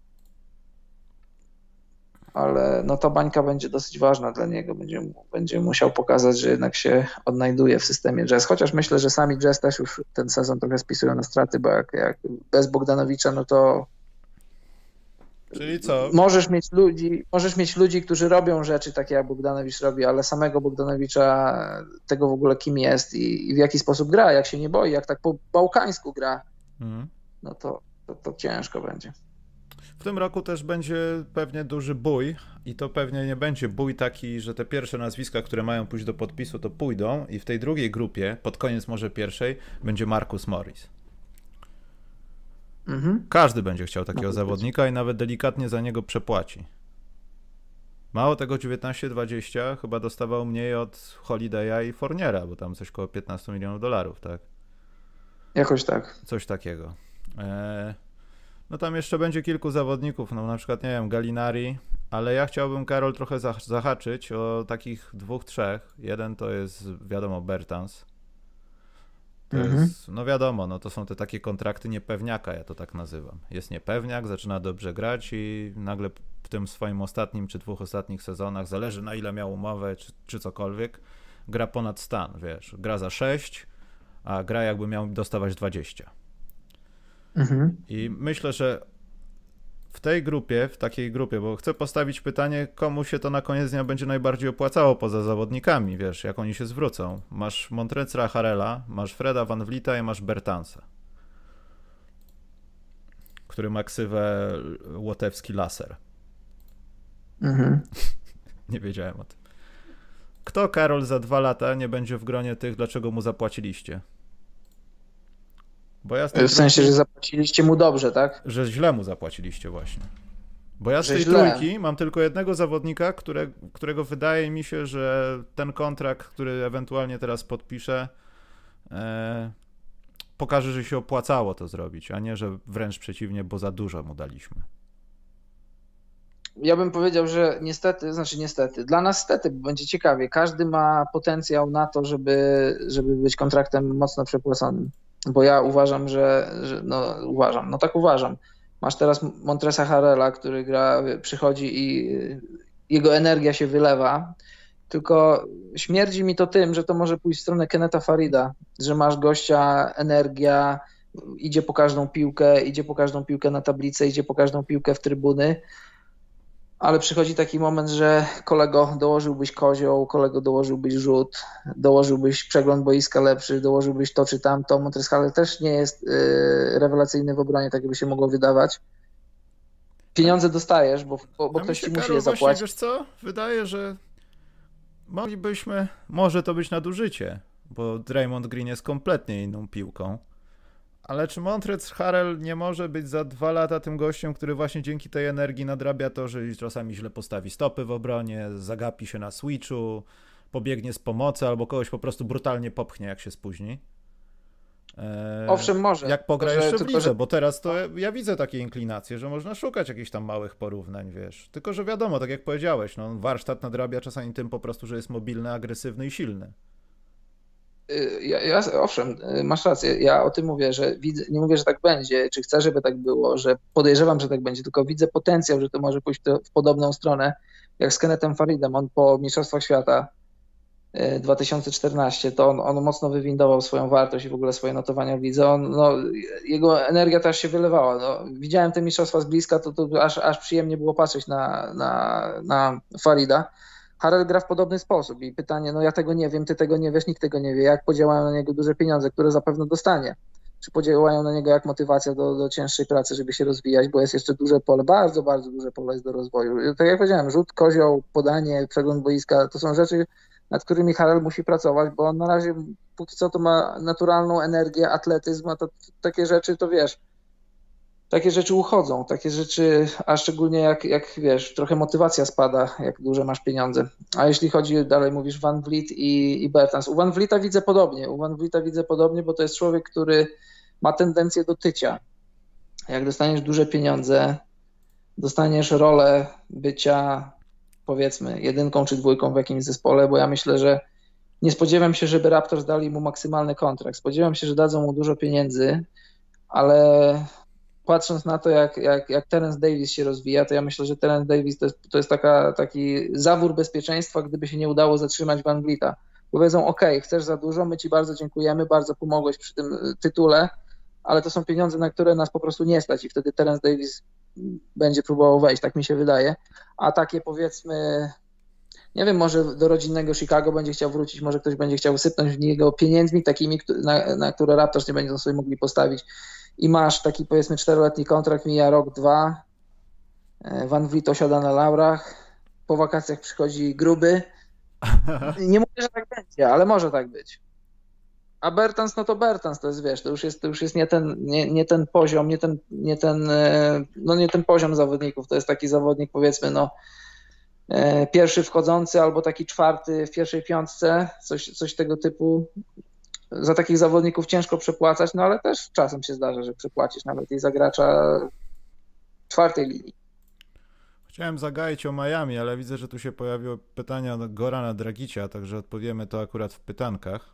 Ale no ta bańka będzie dosyć ważna dla niego. Będzie musiał pokazać, że jednak się odnajduje w systemie Jazz. Chociaż myślę, że sami Jazz też już ten sezon trochę spisują na straty, bo jak bez Bogdanowicza, no to Czyli co? Możesz mieć ludzi, którzy robią rzeczy takie jak Bogdanowicz robi, ale samego Bogdanowicza, tego w ogóle kim jest i w jaki sposób gra, jak się nie boi, jak tak po bałkańsku gra, no to ciężko będzie. W tym roku też będzie pewnie duży bój i to pewnie nie będzie bój taki, że te pierwsze nazwiska, które mają pójść do podpisu, to pójdą i w tej drugiej grupie, pod koniec może pierwszej, będzie Marcus Morris. Każdy będzie chciał takiego zawodnika i nawet delikatnie za niego przepłaci. Mało tego, 19-20 chyba dostawał mniej od Holiday'a i Fourniera, bo tam coś koło $15 milionów, tak? Jakoś tak. Coś takiego. No tam jeszcze będzie kilku zawodników, no na przykład, nie wiem, Gallinari, ale ja chciałbym, Karol, trochę zahaczyć o takich 2-3. Jeden to jest, wiadomo, Bertans. To jest, no wiadomo, no to są te takie kontrakty niepewniaka, ja to tak nazywam. Jest niepewniak, zaczyna dobrze grać i nagle w tym swoim ostatnim czy 2 ostatnich sezonach, zależy na ile miał umowę czy cokolwiek, gra ponad stan, wiesz, gra za 6, a gra jakby miał dostawać 20. I myślę, że w tej grupie, w takiej grupie, bo chcę postawić pytanie, komu się to na koniec dnia będzie najbardziej opłacało poza zawodnikami, wiesz, jak oni się zwrócą. Masz Montrezla Harrella, masz Freda Van Vlieta i masz Bertansa, który ma ksywę Łotewski Laser. Nie wiedziałem o tym. Kto, Karol, za 2 lata nie będzie w gronie tych, dlaczego mu zapłaciliście? Bo ja w sensie, że zapłaciliście mu dobrze, tak? Że źle mu zapłaciliście właśnie. Bo ja z tej trójki mam tylko jednego zawodnika, którego wydaje mi się, że ten kontrakt, który ewentualnie teraz podpiszę, pokaże, że się opłacało to zrobić, a nie, że wręcz przeciwnie, bo za dużo mu daliśmy. Ja bym powiedział, że niestety, dla nas stety, bo będzie ciekawie. Każdy ma potencjał na to, żeby być kontraktem mocno przepłaconym. Bo ja uważam, tak uważam. Masz teraz Montreza Harrella, który przychodzi i jego energia się wylewa, tylko śmierdzi mi to tym, że to może pójść w stronę Kennetha Farida, że masz gościa, energia, idzie po każdą piłkę na tablicę, idzie po każdą piłkę w trybuny, ale przychodzi taki moment, że kolego, dołożyłbyś kozioł, kolego, dołożyłbyś rzut, dołożyłbyś przegląd boiska lepszy, dołożyłbyś to czy tamto. Montrezl Harrell też nie jest rewelacyjny w obronie, tak jakby się mogło wydawać. Pieniądze dostajesz, bo ktoś ci musi je zapłacić. Właśnie, wiesz co? Wydaje, że może to być nadużycie, bo Draymond Green jest kompletnie inną piłką. Ale czy Montrezl Harrell nie może być za 2 lata tym gościem, który właśnie dzięki tej energii nadrabia to, że czasami źle postawi stopy w obronie, zagapi się na switchu, pobiegnie z pomocy albo kogoś po prostu brutalnie popchnie, jak się spóźni? Owszem, może. Jak pogra jeszcze w lidze, bo teraz to ja widzę takie inklinacje, że można szukać jakichś tam małych porównań, wiesz. Tylko, że wiadomo, tak jak powiedziałeś, no, warsztat nadrabia czasami tym po prostu, że jest mobilny, agresywny i silny. Owszem, masz rację. Ja o tym mówię, że nie mówię, że tak będzie, czy chcę, żeby tak było, że podejrzewam, że tak będzie, tylko widzę potencjał, że to może pójść w podobną stronę, jak z Kennethem Faridem. On po Mistrzostwach Świata 2014, to on mocno wywindował swoją wartość i w ogóle swoje notowania w lidze. Jego energia też się wylewała. Widziałem te mistrzostwa z bliska, to aż przyjemnie było patrzeć na Farida. Harrell gra w podobny sposób i pytanie, ja tego nie wiem, ty tego nie wiesz, nikt tego nie wie, jak podziałają na niego duże pieniądze, które zapewne dostanie, czy podziałają na niego jak motywacja do cięższej pracy, żeby się rozwijać, bo jest jeszcze duże pole, bardzo, bardzo duże pole jest do rozwoju. Tak jak powiedziałem, rzut, kozioł, podanie, przegląd boiska, to są rzeczy, nad którymi Harrell musi pracować, bo on na razie póki co to ma naturalną energię, atletyzm, a to takie rzeczy, to wiesz, takie rzeczy uchodzą, takie rzeczy, a szczególnie jak wiesz, trochę motywacja spada, jak duże masz pieniądze. A jeśli chodzi, dalej mówisz Van Vliet i Bertans. U Van Vlieta widzę podobnie, bo to jest człowiek, który ma tendencję do tycia. Jak dostaniesz duże pieniądze, dostaniesz rolę bycia, powiedzmy, 1 czy 2 w jakimś zespole, bo ja myślę, że nie spodziewam się, żeby Raptors dali mu maksymalny kontrakt. Spodziewam się, że dadzą mu dużo pieniędzy, ale patrząc na to, jak Terence Davis się rozwija, to ja myślę, że Terence Davis to jest taki zawór bezpieczeństwa, gdyby się nie udało zatrzymać Van Vlieta. Powiedzą, OK, chcesz za dużo, my ci bardzo dziękujemy, bardzo pomogłeś przy tym tytule, ale to są pieniądze, na które nas po prostu nie stać i wtedy Terence Davis będzie próbował wejść, tak mi się wydaje. A takie, powiedzmy, nie wiem, może do rodzinnego Chicago będzie chciał wrócić, może ktoś będzie chciał sypnąć w niego pieniędzmi takimi, na które Raptors nie będą sobie mogli postawić. I masz taki, powiedzmy, 4-letni kontrakt, mija rok, 2, Van Vliet osiada na laurach, po wakacjach przychodzi gruby. Nie mówię, że tak będzie, ale może tak być. A Bertans, no to Bertans, to jest, wiesz, to już jest nie ten poziom, nie ten poziom zawodników, to jest taki zawodnik, powiedzmy, no pierwszy wchodzący albo taki 4 w pierwszej 5, coś tego typu. Za takich zawodników ciężko przepłacać, no ale też czasem się zdarza, że przepłacisz nawet i za gracza 4 linii. Chciałem zagaić o Miami, ale widzę, że tu się pojawiło pytania od Gorana Dragicia, także odpowiemy to akurat w pytankach.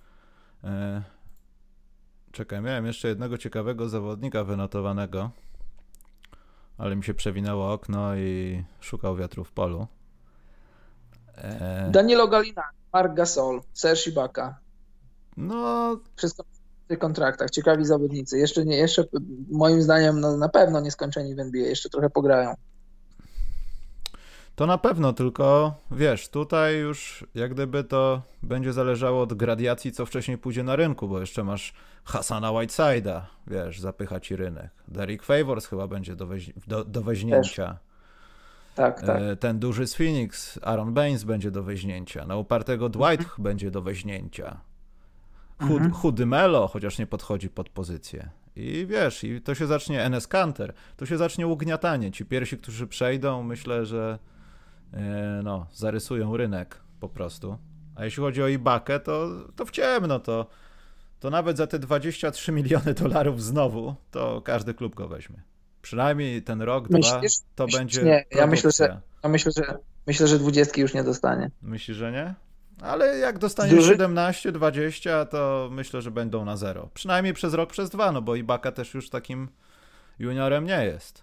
Czekaj, miałem jeszcze jednego ciekawego zawodnika wynotowanego, ale mi się przewinęło okno i szukał wiatru w polu. Danilo Gallinari, Marc Gasol, Serge Ibaka. No, wszystko w tych kontraktach. Ciekawi zawodnicy. Jeszcze moim zdaniem na pewno nie skończeni w NBA. Jeszcze trochę pograją. To na pewno, tylko wiesz, tutaj już jak gdyby to będzie zależało od gradacji, co wcześniej pójdzie na rynku, bo jeszcze masz Hassana Whiteside'a, wiesz, zapycha ci rynek. Derrick Favors chyba będzie do weźnięcia. Tak. Ten duży z Phoenix, Aaron Baines będzie do weźnięcia. Na upartego Dwight będzie do weźnięcia. Chudy Melo, chociaż nie podchodzi pod pozycję. I wiesz, i to się zacznie Enes Kanter, to się zacznie ugniatanie. Ci pierwsi, którzy przejdą, myślę, że zarysują rynek po prostu. A jeśli chodzi o Ibakę, to w ciemno, to nawet za te $23 miliony znowu, to każdy klub go weźmie. Przynajmniej ten rok, dwa, to będzie nie, produkcja. Myślę, że 20 już nie dostanie. Myślisz, że nie? Ale jak dostanie 17, 20, to myślę, że będą na 0. Przynajmniej przez rok, przez 2, no bo Ibaka też już takim juniorem nie jest.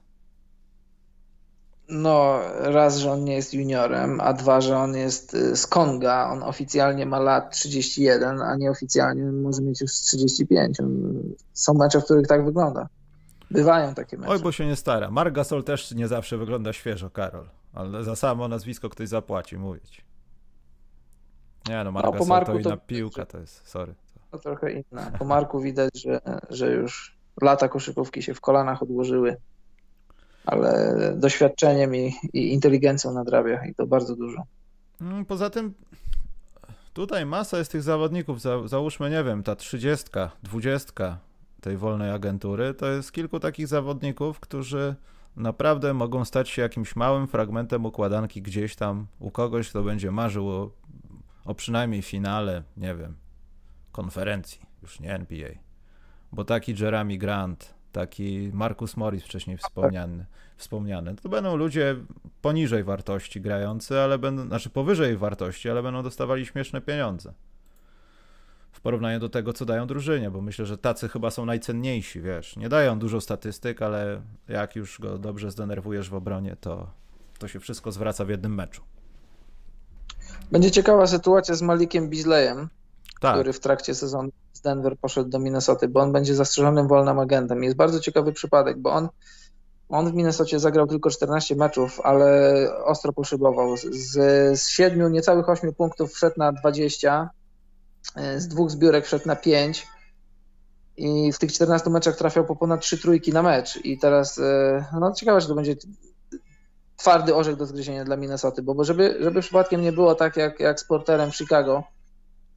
No, raz, że on nie jest juniorem, a 2, że on jest z Konga. On oficjalnie ma lat 31, a nieoficjalnie może mieć już 35. Są mecze, w których tak wygląda. Bywają takie mecze. Oj, bo się nie stara. Marc Gasol też nie zawsze wygląda świeżo, Karol. Ale za samo nazwisko ktoś zapłaci, mówić. Nie no, Marc Gasol to inna piłka, to jest, sorry. To trochę inna. Po Marku widać, że już lata koszykówki się w kolanach odłożyły, ale doświadczeniem i inteligencją nadrabia i to bardzo dużo. Poza tym tutaj masa jest tych zawodników, załóżmy, nie wiem, ta 30, 20 tej wolnej agentury, to jest kilku takich zawodników, którzy naprawdę mogą stać się jakimś małym fragmentem układanki gdzieś tam u kogoś, kto będzie marzył o przynajmniej finale, nie wiem, konferencji, już nie NBA. Bo taki Jeremy Grant, taki Marcus Morris wcześniej wspomniany, to będą ludzie poniżej wartości grający, ale powyżej wartości, ale będą dostawali śmieszne pieniądze. W porównaniu do tego, co dają drużynie, bo myślę, że tacy chyba są najcenniejsi, wiesz. Nie dają dużo statystyk, ale jak już go dobrze zdenerwujesz w obronie, to się wszystko zwraca w jednym meczu. Będzie ciekawa sytuacja z Malikiem Beasleyem, tak, który w trakcie sezonu z Denver poszedł do Minnesoty, bo on będzie zastrzeżonym wolnym agentem. Jest bardzo ciekawy przypadek, bo on w Minnesocie zagrał tylko 14 meczów, ale ostro poszybował. Z 7 niecałych 8 punktów wszedł na 20, z 2 zbiórek wszedł na 5 i w tych 14 meczach trafiał po ponad 3 trójki na mecz. I teraz ciekawe, że to będzie twardy orzech do zgryzienia dla Minnesoty, bo żeby przypadkiem nie było tak jak z Porterem w Chicago,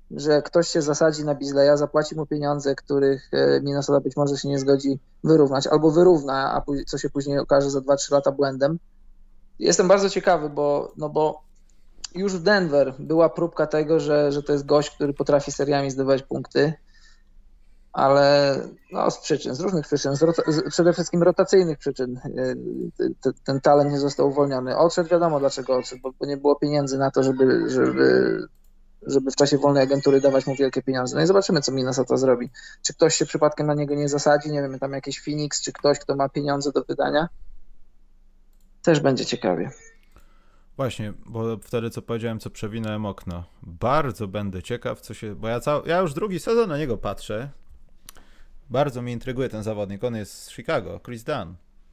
że ktoś się zasadzi na Beasleya, zapłaci mu pieniądze, których Minnesota być może się nie zgodzi wyrównać, albo wyrówna, a co się później okaże za 2-3 lata błędem. Jestem bardzo ciekawy, bo już w Denver była próbka tego, że to jest gość, który potrafi seriami zdobywać punkty, ale z różnych przyczyn, przede wszystkim rotacyjnych przyczyn ten talent nie został uwolniony. Odszedł, wiadomo dlaczego odszedł, bo nie było pieniędzy na to, żeby w czasie wolnej agentury dawać mu wielkie pieniądze. No i zobaczymy, co Minnesota zrobi. Czy ktoś się przypadkiem na niego nie zasadzi, nie wiem, tam jakiś Phoenix, czy ktoś, kto ma pieniądze do wydania. Też będzie ciekawie. Właśnie, bo wtedy co powiedziałem, co przewinąłem okno. Bardzo będę ciekaw, bo ja już drugi sezon na niego patrzę. Bardzo mnie intryguje ten zawodnik. On jest z Chicago, Chris Dunn.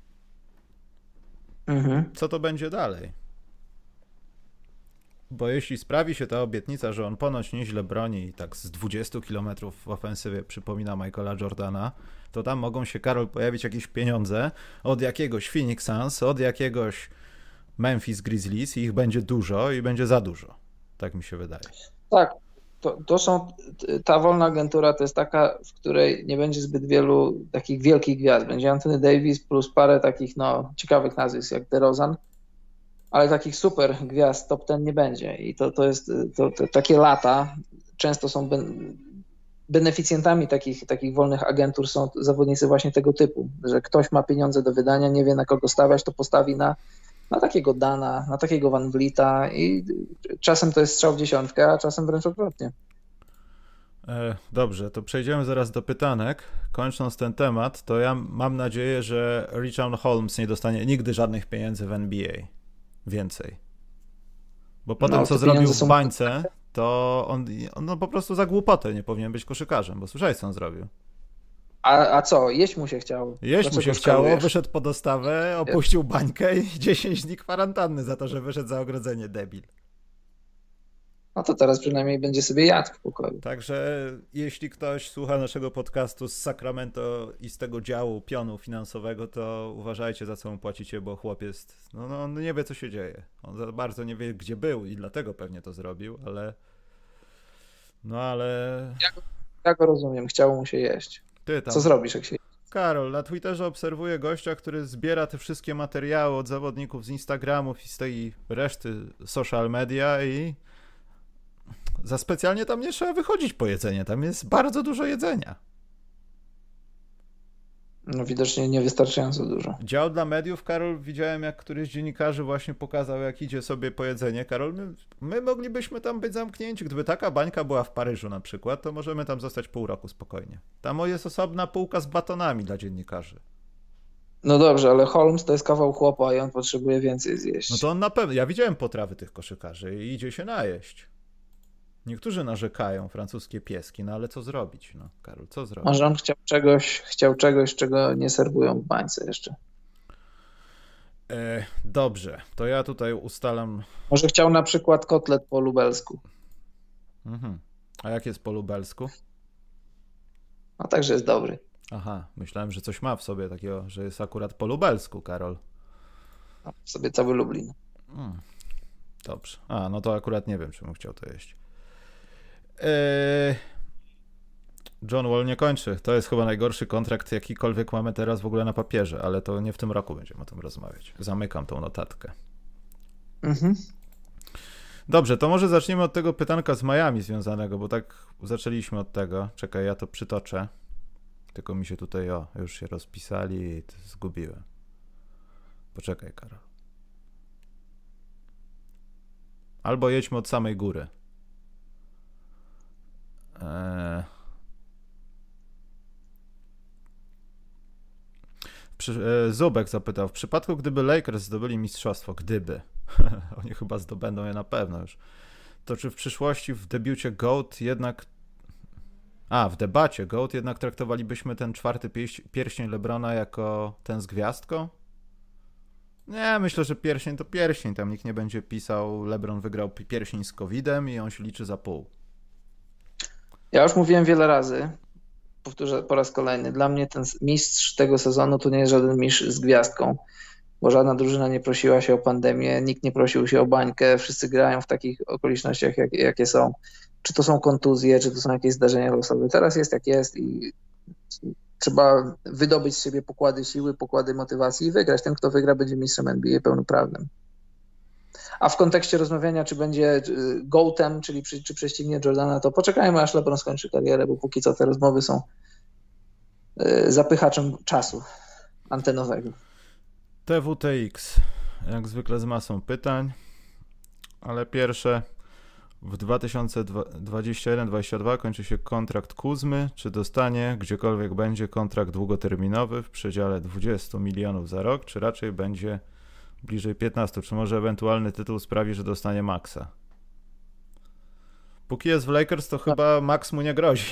Co to będzie dalej? Bo jeśli sprawi się ta obietnica, że on ponoć nieźle broni i tak z 20 km w ofensywie przypomina Michaela Jordana, to tam mogą się, Karol, pojawić jakieś pieniądze od jakiegoś Phoenix Suns, od jakiegoś Memphis Grizzlies i ich będzie dużo i będzie za dużo. Tak mi się wydaje. Tak. Ta wolna agentura to jest taka, w której nie będzie zbyt wielu takich wielkich gwiazd. Będzie Anthony Davis plus parę takich ciekawych nazwisk jak DeRozan, ale takich super gwiazd top 10 nie będzie. I to jest takie lata często są beneficjentami takich wolnych agentur są zawodnicy właśnie tego typu, że ktoś ma pieniądze do wydania, nie wie na kogo stawiać, to postawi na takiego Dana, na takiego Van Vlieta i czasem to jest strzał w dziesiątkę, a czasem wręcz odwrotnie. Dobrze, to przejdziemy zaraz do pytanek. Kończąc ten temat, to ja mam nadzieję, że Richaun Holmes nie dostanie nigdy żadnych pieniędzy w NBA. Więcej. Bo po tym, co zrobił w bańce, to on po prostu za głupotę nie powinien być koszykarzem, bo słyszałeś, co on zrobił. A co? Jeść mu się chciało. Jeść mu się chciało, wyszedł po dostawę, opuścił bańkę i 10 dni kwarantanny za to, że wyszedł za ogrodzenie, debil. No to teraz przynajmniej będzie sobie jadł w pokoju. Także jeśli ktoś słucha naszego podcastu z Sacramento i z tego działu pionu finansowego, to uważajcie, za co mu płacicie, bo chłop jest, on nie wie, co się dzieje. On za bardzo nie wie, gdzie był i dlatego pewnie to zrobił, ale... Ja go rozumiem, chciało mu się jeść. Co zrobisz, jak się... Karol, na Twitterze obserwuję gościa, który zbiera te wszystkie materiały od zawodników z Instagramów i z tej reszty social media i za specjalnie tam nie trzeba wychodzić po jedzenie, tam jest bardzo dużo jedzenia. No widocznie niewystarczająco dużo. Dział dla mediów, Karol, widziałem jak któryś z dziennikarzy właśnie pokazał, jak idzie sobie po jedzenie. Karol, my moglibyśmy tam być zamknięci. Gdyby taka bańka była w Paryżu na przykład, to możemy tam zostać pół roku spokojnie. Tam jest osobna półka z batonami dla dziennikarzy. No dobrze, ale Holmes to jest kawał chłopa i on potrzebuje więcej zjeść. No to on na pewno, ja widziałem potrawy tych koszykarzy i idzie się najeść. Niektórzy narzekają, francuskie pieski, ale co zrobić, Karol, co zrobić? Może on chciał czegoś, czego nie serwują w bańce jeszcze. Dobrze, to ja tutaj ustalam... Może chciał na przykład kotlet po lubelsku. A jak jest po lubelsku? No także jest dobry. Aha, myślałem, że coś ma w sobie takiego, że jest akurat po lubelsku, Karol. Ma w sobie cały Lublin. Dobrze. No to akurat nie wiem, czy bym chciał to jeść. John Wall nie kończy. To jest chyba najgorszy kontrakt, jakikolwiek mamy teraz w ogóle na papierze, ale to nie w tym roku będziemy o tym rozmawiać. Zamykam tą notatkę. Dobrze, to może zaczniemy od tego pytanka z Miami związanego, bo tak zaczęliśmy od tego. Czekaj, ja to przytoczę. Tylko mi się tutaj, już się rozpisali i zgubiłem. Poczekaj, Karol. Albo jedźmy od samej góry. Zubek zapytał, w przypadku gdyby Lakers zdobyli mistrzostwo, oni chyba zdobędą je na pewno już, to czy w przyszłości w debiucie GOAT jednak w debacie GOAT jednak traktowalibyśmy ten czwarty pierścień LeBrona jako ten z gwiazdką? Nie, myślę, że pierścień to pierścień, tam nikt nie będzie pisał LeBron wygrał pierścień z COVID-em i on się liczy za pół. Ja już mówiłem wiele razy, powtórzę po raz kolejny, dla mnie ten mistrz tego sezonu to nie jest żaden mistrz z gwiazdką. bo żadna drużyna nie prosiła się o pandemię, nikt nie prosił się o bańkę, wszyscy grają w takich okolicznościach, jakie są. Czy to są kontuzje, czy to są jakieś zdarzenia losowe. Teraz jest jak jest i trzeba wydobyć z siebie pokłady siły, pokłady motywacji i wygrać. Ten, kto wygra, będzie mistrzem NBA pełnoprawnym. A w kontekście rozmawiania, czy będzie GOAT-em, czyli czy prześcignie Jordana, to poczekajmy, aż LeBron skończy karierę, bo póki co te rozmowy są zapychaczem czasu antenowego. TWTX, jak zwykle z masą pytań, ale pierwsze, w 2021-2022 kończy się kontrakt Kuzmy. Czy dostanie gdziekolwiek będzie kontrakt długoterminowy w przedziale 20 milionów za rok, czy raczej będzie bliżej 15? Czy może ewentualny tytuł sprawi, że dostanie maksa? Póki jest w Lakers, to chyba maks mu nie grozi.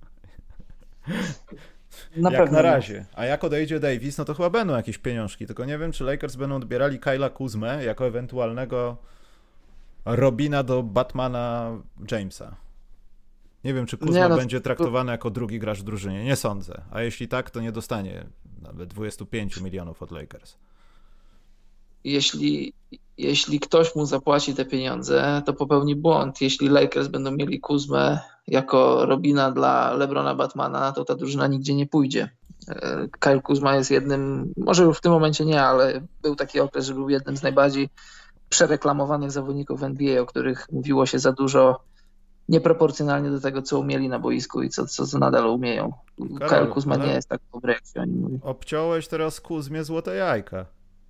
Jak na razie. A jak odejdzie Davis, no to chyba będą jakieś pieniążki, tylko nie wiem, czy Lakers będą odbierali Kyla Kuzmę jako ewentualnego Robina do Batmana Jamesa. Nie wiem, czy Kuzma będzie traktowany jako drugi gracz w drużynie. Nie sądzę. A jeśli tak, to nie dostanie nawet 25 milionów od Lakers. Jeśli ktoś mu zapłaci te pieniądze, to popełni błąd. Jeśli Lakers będą mieli Kuzmę jako Robina dla LeBrona Batmana, to ta drużyna nigdzie nie pójdzie. Kyle Kuzma jest jednym, może już w tym momencie nie, ale był taki okres, że był jednym z najbardziej przereklamowanych zawodników w NBA, o których mówiło się za dużo, nieproporcjonalnie do tego, co umieli na boisku i co nadal umieją. Kyle Kuzma nie jest tak dobry, jak się o nim mówi. Obciąłeś teraz Kuzmie złote jajka.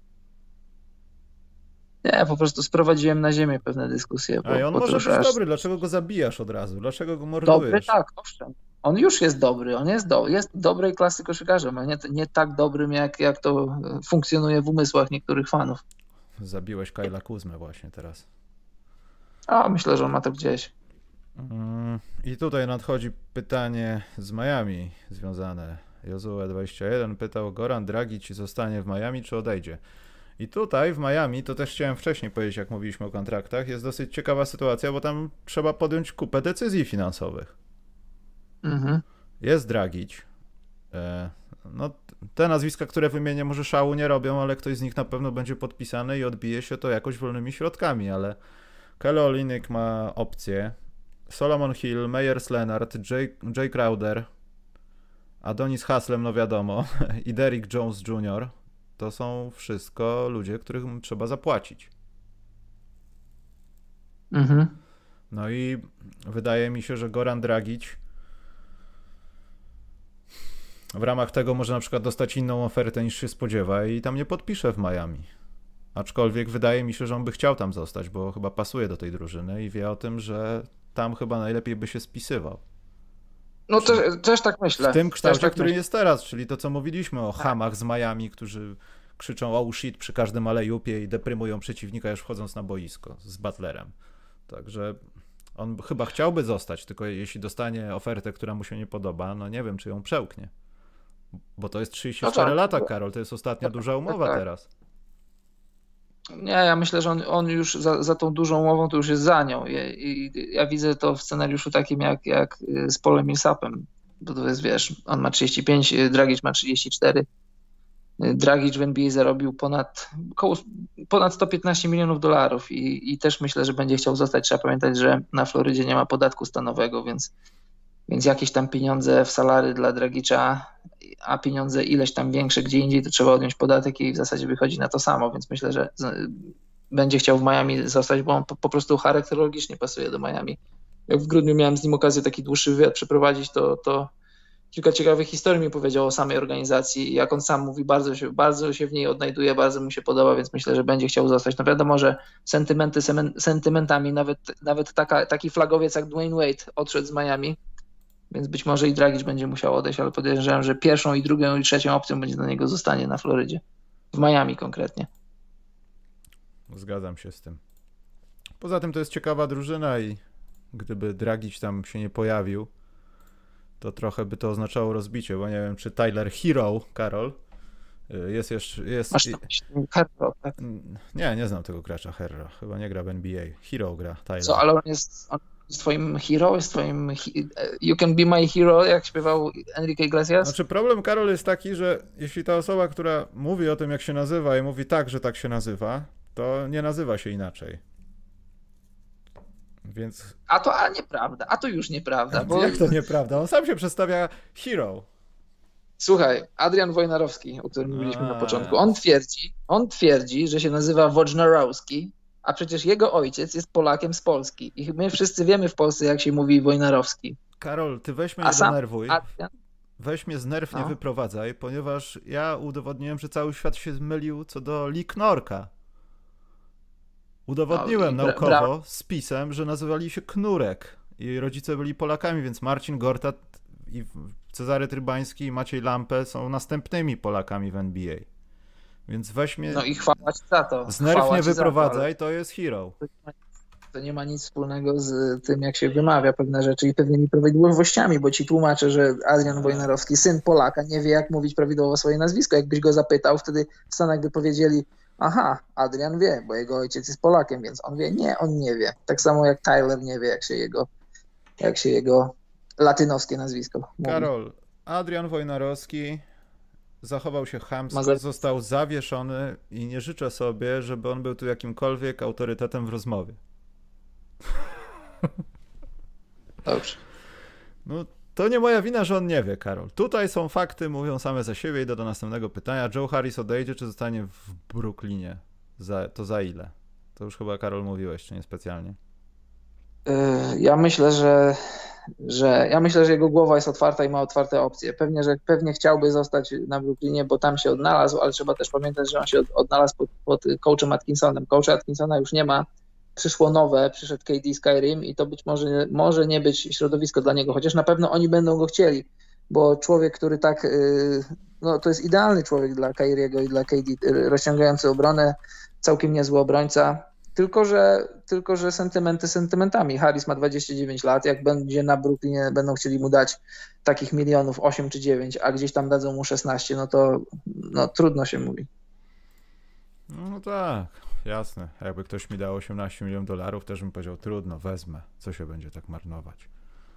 Nie, po prostu sprowadziłem na ziemię pewne dyskusje. A i on może być dobry, dlaczego go zabijasz od razu? Dlaczego go mordujesz? Dobry, tak, owszem. On już jest dobry, jest dobrej klasy koszykarzem, a nie tak dobrym, jak to funkcjonuje w umysłach niektórych fanów. Zabiłeś Kyla Kuzmę właśnie teraz. A myślę, że on ma to gdzieś. I tutaj nadchodzi pytanie z Miami związane. Jozue21 pytał, Goran Dragic zostanie w Miami, czy odejdzie? I tutaj w Miami, to też chciałem wcześniej powiedzieć, jak mówiliśmy o kontraktach, jest dosyć ciekawa sytuacja, bo tam trzeba podjąć kupę decyzji finansowych. Mhm. Jest Dragic. No, te nazwiska, które wymienię, może szału nie robią, ale ktoś z nich na pewno będzie podpisany i odbije się to jakoś wolnymi środkami, ale Kelly Olynyk ma opcję, Solomon Hill, Meyers Leonard, Jay Crowder, Adonis Haslem, no wiadomo, i Derrick Jones Jr. To są wszystko ludzie, których trzeba zapłacić. Mhm. No i wydaje mi się, że Goran Dragic w ramach tego może na przykład dostać inną ofertę niż się spodziewa i tam nie podpisze w Miami. Aczkolwiek wydaje mi się, że on by chciał tam zostać, bo chyba pasuje do tej drużyny i wie o tym, że tam chyba najlepiej by się spisywał. No też tak myślę. W tym kształcie, który jest teraz, czyli to, co mówiliśmy o chamach z Miami, którzy krzyczą oh shit przy każdym alley-oopie i deprymują przeciwnika już wchodząc na boisko z Butlerem. Także on chyba chciałby zostać, tylko jeśli dostanie ofertę, która mu się nie podoba, no nie wiem, czy ją przełknie. Bo to jest 34 lata, Karol, to jest ostatnia duża umowa teraz. Nie, ja myślę, że on już za tą dużą umową to już jest za nią. I ja widzę to w scenariuszu takim jak z Paulem Millsapem. Bo to jest, wiesz, on ma 35, Dragic ma 34. Dragic w NBA zarobił ponad 115 milionów dolarów i też myślę, że będzie chciał zostać. Trzeba pamiętać, że na Florydzie nie ma podatku stanowego, więc jakieś tam pieniądze w salary dla Dragicza, a pieniądze ileś tam większe gdzie indziej, to trzeba odjąć podatek i w zasadzie wychodzi na to samo, więc myślę, że będzie chciał w Miami zostać, bo on po prostu charakterologicznie pasuje do Miami. Jak w grudniu miałem z nim okazję taki dłuższy wywiad przeprowadzić, to kilka ciekawych historii mi powiedział o samej organizacji. Jak on sam mówi, bardzo się w niej odnajduje, bardzo mu się podoba, więc myślę, że będzie chciał zostać. No wiadomo, że sentymentami, nawet taki flagowiec jak Dwayne Wade odszedł z Miami, więc być może i Dragic będzie musiał odejść, ale podejrzewam, że pierwszą i drugą i trzecią opcją będzie dla niego zostanie na Florydzie. W Miami konkretnie. Zgadzam się z tym. Poza tym to jest ciekawa drużyna i gdyby Dragic tam się nie pojawił, to trochę by to oznaczało rozbicie, bo nie wiem, czy Tyler Hero, Karol, jest jeszcze... Masz na myśli Herro, tak? Nie znam tego gracza Herro. Chyba nie gra w NBA. Hero gra, Tyler. Co, ale twoim hero, You can be my hero, jak śpiewał Enrique Iglesias? Znaczy problem, Karol, jest taki, że jeśli ta osoba, która mówi o tym, jak się nazywa i mówi tak, że tak się nazywa, to nie nazywa się inaczej. Więc... A nieprawda, a to już nieprawda. Bo... Jak to nieprawda? On sam się przedstawia hero. Słuchaj, Adrian Wojnarowski, o którym mówiliśmy na początku, on twierdzi, że się nazywa Wojnarowski, a przecież jego ojciec jest Polakiem z Polski. I my wszyscy wiemy w Polsce, jak się mówi Wojnarowski. Karol, ty weź mnie nie denerwuj. Weź mnie z nerw nie wyprowadzaj, ponieważ ja udowodniłem, że cały świat się zmylił co do Lee Knorka. Udowodniłem naukowo z pisem, że nazywali się Knurek i rodzice byli Polakami, więc Marcin Gortat i Cezary Trybański i Maciej Lampę są następnymi Polakami w NBA. Więc weź mnie... No i chwała ci za to. Z nerw nie wyprowadzaj, to jest hero. To nie ma nic wspólnego z tym, jak się wymawia pewne rzeczy i pewnymi prawidłowościami, bo ci tłumaczę, że Adrian Wojnarowski, syn Polaka, nie wie, jak mówić prawidłowo swoje nazwisko. Jakbyś go zapytał, wtedy w Stanach by powiedzieli: aha, Adrian wie, bo jego ojciec jest Polakiem, więc on wie. Nie, on nie wie. Tak samo jak Tyler nie wie, jak się jego latynoskie nazwisko mówi. Karol, Adrian Wojnarowski zachował się chamsko, został zawieszony i nie życzę sobie, żeby on był tu jakimkolwiek autorytetem w rozmowie. Dobrze. No, to nie moja wina, że on nie wie, Karol. Tutaj są fakty, mówią same za siebie. Idę do następnego pytania. Joe Harris odejdzie, czy zostanie w Brooklynie? Za ile? To już chyba, Karol, mówiłeś, czy nie specjalnie? Ja myślę, że jego głowa jest otwarta i ma otwarte opcje. Pewnie chciałby zostać na Brooklynie, bo tam się odnalazł, ale trzeba też pamiętać, że on się odnalazł pod coachem Atkinsonem. Coacha Atkinsona już nie ma. Przyszedł KD Skyrim i to być może nie być środowisko dla niego, chociaż na pewno oni będą go chcieli, bo człowiek, który tak, no to jest idealny człowiek dla Kyriego i dla KD, rozciągający obronę, całkiem niezły obrońca, tylko że sentymenty sentymentami. Harris ma 29 lat, jak będzie na Brooklynie, będą chcieli mu dać takich milionów 8 czy 9, a gdzieś tam dadzą mu 16, no to trudno się mówi. No tak. Jasne, jakby ktoś mi dał $18 milionów, też bym powiedział: trudno, wezmę, co się będzie tak marnować.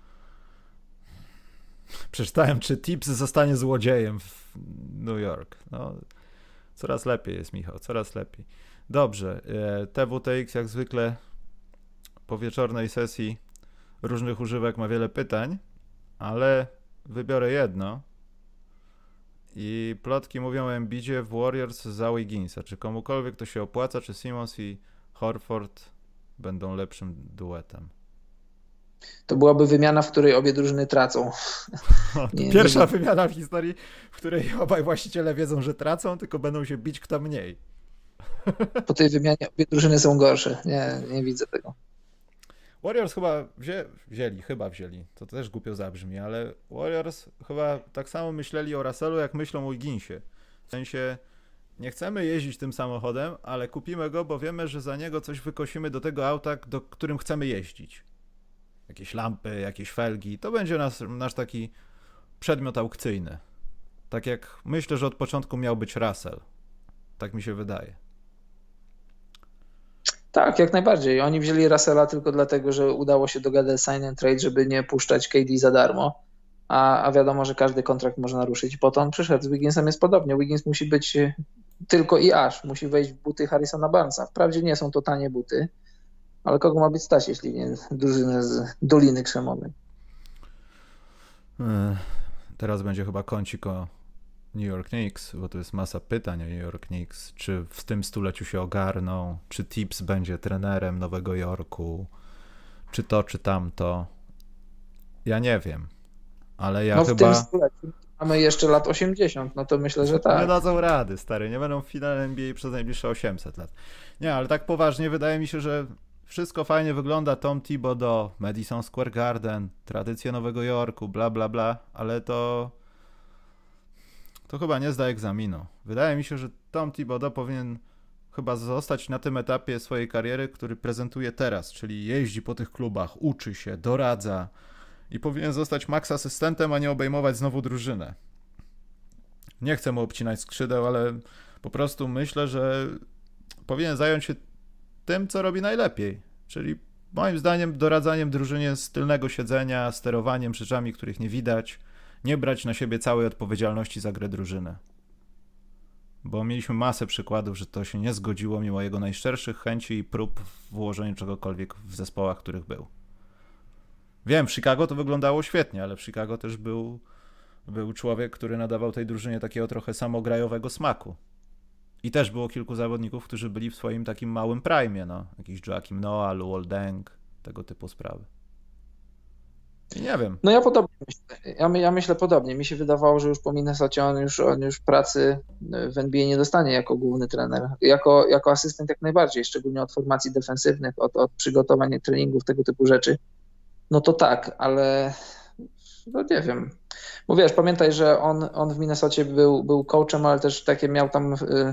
Przeczytałem, czy Tibbs zostanie złodziejem w New York. No, coraz lepiej jest, Michał, coraz lepiej. Dobrze, TWTX jak zwykle po wieczornej sesji różnych używek ma wiele pytań, ale wybiorę jedno. I plotki mówią o Embiidzie w Warriors za Wigginsa. Czy komukolwiek to się opłaca, czy Simmons i Horford będą lepszym duetem? To byłaby wymiana, w której obie drużyny tracą. Pierwsza wymiana w historii, w której obaj właściciele wiedzą, że tracą, tylko będą się bić kto mniej. Po tej wymianie obie drużyny są gorsze. Nie widzę tego. Warriors chyba wzięli, to też głupio zabrzmi, ale Warriors chyba tak samo myśleli o Russellu, jak myślą o Wigginsie. W sensie, nie chcemy jeździć tym samochodem, ale kupimy go, bo wiemy, że za niego coś wykosimy do tego auta, którym chcemy jeździć. Jakieś lampy, jakieś felgi, to będzie nasz taki przedmiot aukcyjny. Tak jak myślę, że od początku miał być Russell. Tak mi się wydaje. Tak, jak najbardziej. Oni wzięli Russella tylko dlatego, że udało się dogadać sign and trade, żeby nie puszczać KD za darmo, a wiadomo, że każdy kontrakt można naruszyć. Po to on przyszedł. Z Wigginsem jest podobnie. Wiggins musi być tylko i aż. Musi wejść w buty Harrisona Barnesa. Wprawdzie nie są to tanie buty, ale kogo ma być stać, jeśli nie drużynę z Doliny Krzemowej? Teraz będzie chyba kącik o New York Knicks, bo to jest masa pytań o New York Knicks. Czy w tym stuleciu się ogarną? Czy Tibbs będzie trenerem Nowego Jorku? Czy to, czy tamto? Ja nie wiem, ale ja chyba... w tym stuleciu mamy jeszcze lat 80, no to myślę, że tak. Nie dadzą rady, stary, nie będą w finale NBA przez najbliższe 800 lat. Nie, ale tak poważnie wydaje mi się, że wszystko fajnie wygląda. Tom Thibodeau, Madison Square Garden, tradycje Nowego Jorku, bla, bla, bla, ale to chyba nie zda egzaminu. Wydaje mi się, że Tom Thibodeau powinien chyba zostać na tym etapie swojej kariery, który prezentuje teraz, czyli jeździ po tych klubach, uczy się, doradza i powinien zostać max asystentem, a nie obejmować znowu drużynę. Nie chcę mu obcinać skrzydeł, ale po prostu myślę, że powinien zająć się tym, co robi najlepiej, czyli moim zdaniem doradzaniem drużynie z tylnego siedzenia, sterowaniem rzeczami, których nie widać, nie brać na siebie całej odpowiedzialności za grę drużyny. Bo mieliśmy masę przykładów, że to się nie zgodziło mimo jego najszczerszych chęci i prób w włożeniu czegokolwiek w zespołach, w których był. Wiem, w Chicago to wyglądało świetnie, ale w Chicago też był człowiek, który nadawał tej drużynie takiego trochę samograjowego smaku. I też było kilku zawodników, którzy byli w swoim takim małym prime, no. Jakiś Joakim Noah, Luol Deng, tego typu sprawy. I nie wiem. No ja podobnie myślę. Ja myślę podobnie. Mi się wydawało, że już po Minnesocie on już pracy w NBA nie dostanie jako główny trener. Jako asystent jak najbardziej, szczególnie od formacji defensywnych, od przygotowania treningów, tego typu rzeczy. No to tak, ale no nie wiem. Bo wiesz, pamiętaj, że on w Minnesocie był coachem, ale też takie miał tam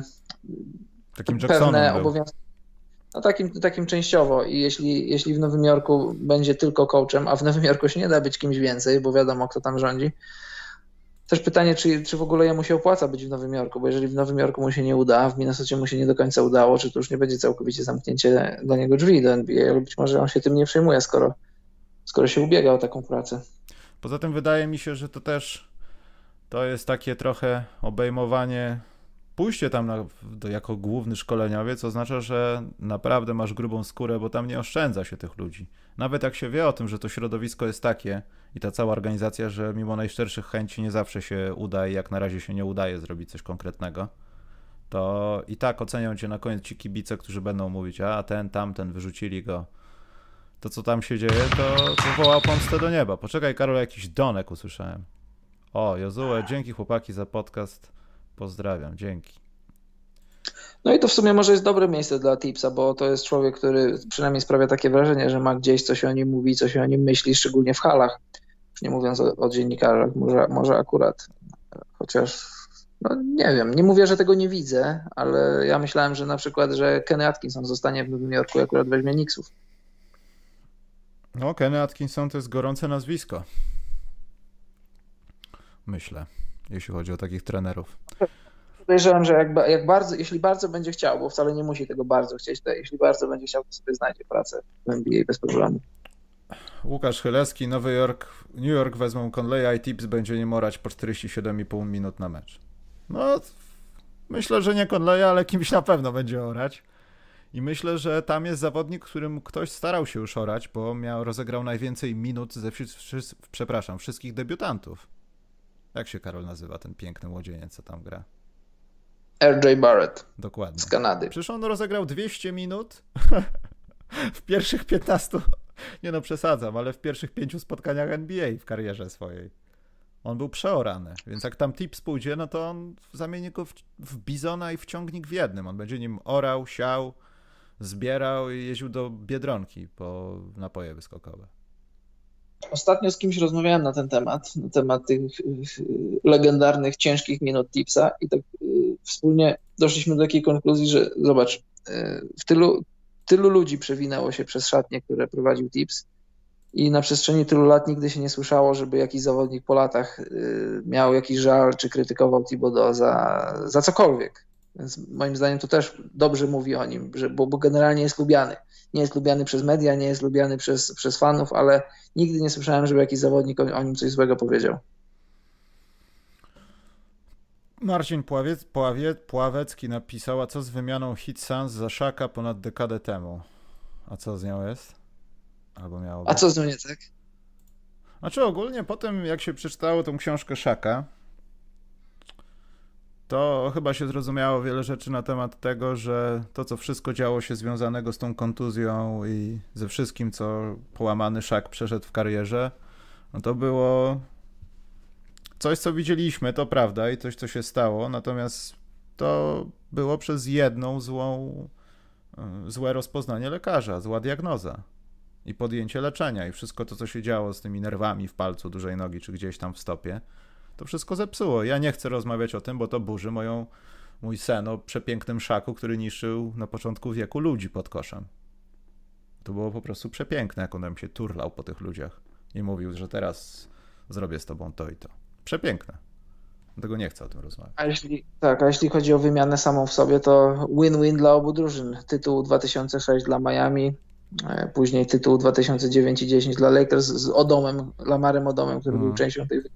takim pewne obowiązki. No takim częściowo i jeśli w Nowym Jorku będzie tylko coachem, a w Nowym Jorku się nie da być kimś więcej, bo wiadomo kto tam rządzi, też pytanie, czy w ogóle jemu się opłaca być w Nowym Jorku, bo jeżeli w Nowym Jorku mu się nie uda, a w Minnesocie mu się nie do końca udało, czy to już nie będzie całkowicie zamknięcie dla niego drzwi do NBA, ale być może on się tym nie przejmuje, skoro się ubiega o taką pracę. Poza tym wydaje mi się, że to jest takie trochę obejmowanie, pójście tam jako główny szkoleniowiec oznacza, że naprawdę masz grubą skórę, bo tam nie oszczędza się tych ludzi. Nawet jak się wie o tym, że to środowisko jest takie i ta cała organizacja, że mimo najszczerszych chęci nie zawsze się uda i jak na razie się nie udaje zrobić coś konkretnego, to i tak ocenią cię na koniec ci kibice, którzy będą mówić, a tamten, wyrzucili go. To, co tam się dzieje, to woła pomstę do nieba. Poczekaj, Karol, jakiś donek usłyszałem. O, Jozue, dzięki chłopaki za podcast. Pozdrawiam, dzięki. No i to w sumie może jest dobre miejsce dla Tipsa, bo to jest człowiek, który przynajmniej sprawia takie wrażenie, że ma gdzieś coś o nim mówi, coś o nim myśli, szczególnie w halach. Już nie mówiąc o dziennikarzach, może akurat. Chociaż, no nie wiem, nie mówię, że tego nie widzę, ale ja myślałem, że na przykład, że Kenny Atkinson zostanie w Nowym Jorku i akurat weźmie Knicksów. No, Kenny Atkinson to jest gorące nazwisko. Myślę, jeśli chodzi o takich trenerów. Podejrzewam, że jeśli bardzo będzie chciał, bo wcale nie musi tego bardzo chcieć, to jeśli bardzo będzie chciał, to sobie znajdzie pracę w NBA bez problemu. Łukasz Chylewski, New York wezmą Conleya i Tips będzie nim orać po 47,5 minut na mecz. No, myślę, że nie Conleya, ale kimś na pewno będzie orać. I myślę, że tam jest zawodnik, którym ktoś starał się już orać, bo rozegrał najwięcej minut ze wszystkich debiutantów. Jak się, Karol, nazywa ten piękny młodzieniec, co tam gra? R.J. Barrett. Dokładnie. Z Kanady. Przecież on rozegrał 200 minut w pierwszych 15, nie no przesadzam, ale w pierwszych 5 spotkaniach NBA w karierze swojej. On był przeorany, więc jak tam Tips pójdzie, no to on zamieni go w bizona i w ciągnik w jednym. On będzie nim orał, siał, zbierał i jeździł do Biedronki po napoje wyskokowe. Ostatnio z kimś rozmawiałem na temat tych legendarnych, ciężkich minut Tipsa i tak wspólnie doszliśmy do takiej konkluzji, że zobacz, tylu ludzi przewinęło się przez szatnie, które prowadził Tips i na przestrzeni tylu lat nigdy się nie słyszało, żeby jakiś zawodnik po latach miał jakiś żal czy krytykował Thibodeau za cokolwiek. Więc moim zdaniem to też dobrze mówi o nim, bo generalnie jest lubiany. Nie jest lubiany przez media, nie jest lubiany przez fanów, ale nigdy nie słyszałem, żeby jakiś zawodnik o nim coś złego powiedział. Marcin Pławecki napisał, a co z wymianą Heat Suns za Shaka ponad dekadę temu? A co z nią jest? Albo miało być. A co z nią nie tak? Znaczy ogólnie po tym, jak się przeczytało tą książkę Shaka, to chyba się zrozumiało wiele rzeczy na temat tego, że to, co wszystko działo się związanego z tą kontuzją i ze wszystkim, co połamany Shaq przeszedł w karierze, no to było coś, co widzieliśmy, to prawda, i coś, co się stało, natomiast to było przez jedną złe rozpoznanie lekarza, zła diagnoza i podjęcie leczenia i wszystko to, co się działo z tymi nerwami w palcu dużej nogi, czy gdzieś tam w stopie, to wszystko zepsuło. Ja nie chcę rozmawiać o tym, bo to burzy mój sen o przepięknym Szaku, który niszczył na początku wieku ludzi pod koszem. To było po prostu przepiękne, jak on tam się turlał po tych ludziach i mówił, że teraz zrobię z tobą to i to. Przepiękne. Dlatego nie chcę o tym rozmawiać. A jeśli chodzi o wymianę samą w sobie, to win-win dla obu drużyn. Tytuł 2006 dla Miami, Później tytuł 2009 i 10 dla Lakers z Odomem, Lamarem Odomem, który był częścią tej.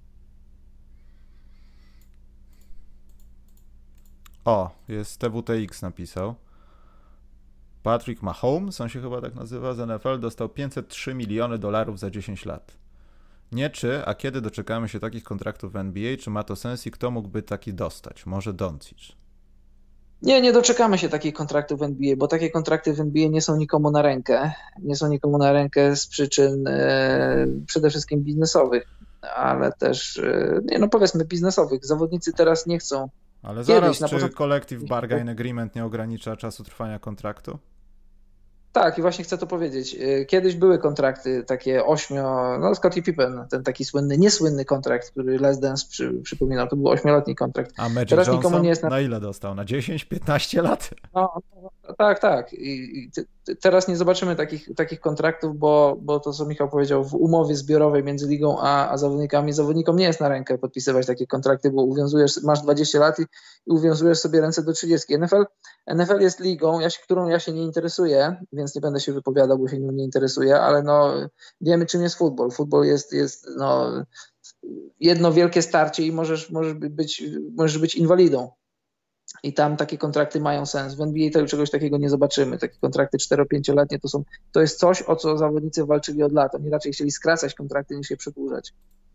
O, jest TWTX napisał. Patrick Mahomes, on się chyba tak nazywa, z NFL, dostał 503 miliony dolarów za 10 lat. Nie czy, a kiedy doczekamy się takich kontraktów w NBA, czy ma to sens i kto mógłby taki dostać? Może Doncic. Nie doczekamy się takich kontraktów w NBA, bo takie kontrakty w NBA nie są nikomu na rękę. Nie są nikomu na rękę z przyczyn przede wszystkim biznesowych, ale też, powiedzmy biznesowych. Zawodnicy teraz nie chcą. Ale zaraz, czy Collective Bargain Agreement nie ogranicza czasu trwania kontraktu? Tak, i właśnie chcę to powiedzieć. Kiedyś były kontrakty takie Scottie Pippen, ten taki słynny, niesłynny kontrakt, który Les Dance przypominał, to był 8-letni kontrakt. A Magic Teraz Johnson nikomu nie jest na ile dostał? Na 10-15 lat? No, tak. I teraz nie zobaczymy takich kontraktów, bo to, co Michał powiedział, w umowie zbiorowej między ligą a zawodnikami, zawodnikom nie jest na rękę podpisywać takie kontrakty, bo masz 20 lat i uwiązujesz sobie ręce do 30. NFL jest ligą, którą ja się nie interesuję, więc nie będę się wypowiadał, bo się nią nie interesuję, ale wiemy, czym jest futbol. Futbol jest jedno wielkie starcie i możesz być inwalidą. I tam takie kontrakty mają sens. W NBA czegoś takiego nie zobaczymy. Takie kontrakty 4-5-letnie to jest coś, o co zawodnicy walczyli od lat. Oni raczej chcieli skracać kontrakty niż je przedłużać.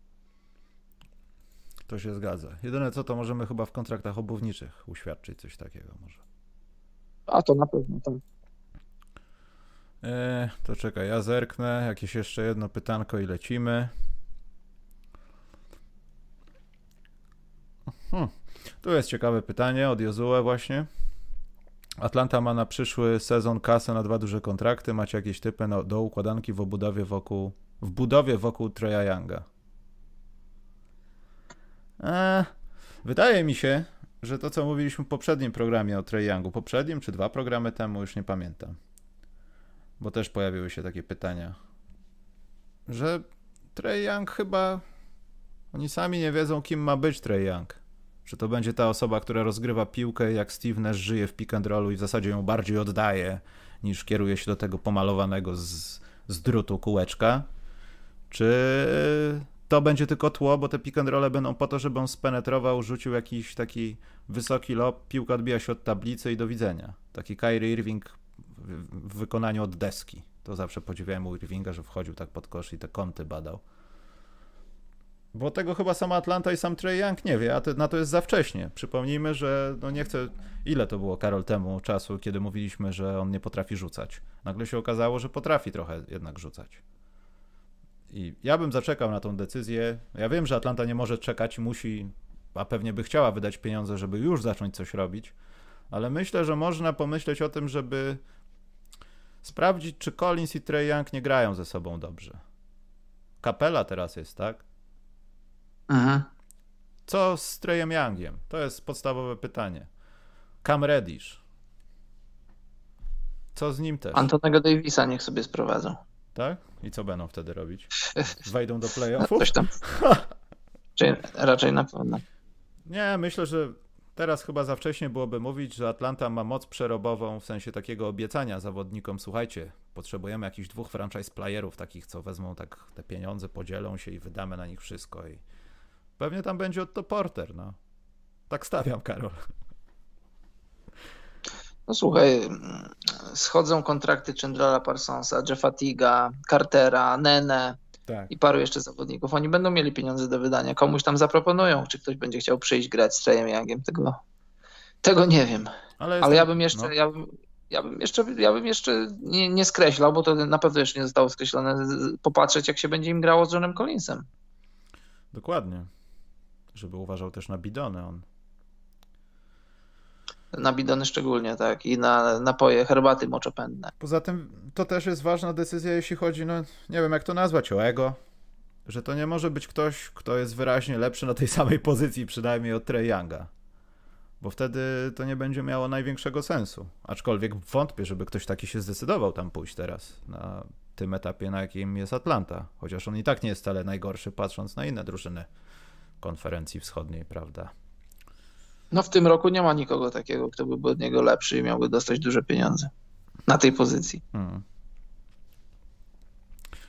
To się zgadza. Jedyne co, to możemy chyba w kontraktach obuwniczych uświadczyć coś takiego może. A to na pewno, tak. To czekaj, ja zerknę. Jakieś jeszcze jedno pytanko i lecimy. Tu jest ciekawe pytanie od Jozue właśnie. Atlanta ma na przyszły sezon kasę na 2 duże kontrakty. Macie jakieś typy do układanki w budowie wokół Treya Younga? Wydaje mi się, że to, co mówiliśmy w poprzednim programie o Trae Youngu, poprzednim czy 2 programy temu, już nie pamiętam, bo też pojawiły się takie pytania, że Trae Young chyba, oni sami nie wiedzą, kim ma być Trae Young. Że to będzie ta osoba, która rozgrywa piłkę, jak Steve Nash żyje w pick and rollu i w zasadzie ją bardziej oddaje, niż kieruje się do tego pomalowanego z drutu kółeczka. Czy to będzie tylko tło, bo te pick and rolle będą po to, żeby on spenetrował, rzucił jakiś taki wysoki lob, piłka odbija się od tablicy i do widzenia. Taki Kyrie Irving w wykonaniu od deski. To zawsze podziwiałem u Irvinga, że wchodził tak pod kosz i te kąty badał. Bo tego chyba sama Atlanta i sam Trae Young nie wie, a na to jest za wcześnie. Przypomnijmy, że nie chcę... Ile to było, Karol, temu czasu, kiedy mówiliśmy, że on nie potrafi rzucać? Nagle się okazało, że potrafi trochę jednak rzucać. I ja bym zaczekał na tą decyzję. Ja wiem, że Atlanta nie może czekać, musi, a pewnie by chciała wydać pieniądze, żeby już zacząć coś robić, ale myślę, że można pomyśleć o tym, żeby sprawdzić, czy Collins i Trae Young nie grają ze sobą dobrze. Capela teraz jest, tak? Aha. Co z Trae'em Youngiem? To jest podstawowe pytanie. Cam Reddish. Co z nim też? Antonego Davisa niech sobie sprowadzą. Tak? I co będą wtedy robić? Wejdą do playoffów? Coś tam. Raczej na pewno. Nie, myślę, że teraz chyba za wcześnie byłoby mówić, że Atlanta ma moc przerobową, w sensie takiego obiecania zawodnikom, słuchajcie, potrzebujemy jakichś 2 franchise playerów, takich, co wezmą tak te pieniądze, podzielą się i wydamy na nich wszystko. I pewnie tam będzie Otto Porter, no. Tak stawiam, Karol. No słuchaj, schodzą kontrakty Chandlera Parsonsa, Jeffa Teaga, Cartera, Nene tak. I paru jeszcze zawodników. Oni będą mieli pieniądze do wydania. Komuś tam zaproponują, czy ktoś będzie chciał przyjść grać z Trae'em Youngiem. Tego nie wiem. Ale ja bym jeszcze, ja bym jeszcze nie skreślał, bo to na pewno jeszcze nie zostało skreślone, popatrzeć, jak się będzie im grało z Johnem Collinsem. Dokładnie. Żeby uważał też na bidony on. Na bidony szczególnie, tak, i na napoje, herbaty moczopędne. Poza tym to też jest ważna decyzja, jeśli chodzi, nie wiem jak to nazwać, o ego, że to nie może być ktoś, kto jest wyraźnie lepszy na tej samej pozycji, przynajmniej od Trae Younga, bo wtedy to nie będzie miało największego sensu, aczkolwiek wątpię, żeby ktoś taki się zdecydował tam pójść teraz, na tym etapie, na jakim jest Atlanta, chociaż on i tak nie jest wcale najgorszy, patrząc na inne drużyny konferencji wschodniej, prawda? No w tym roku nie ma nikogo takiego, kto by był od niego lepszy i miałby dostać duże pieniądze na tej pozycji.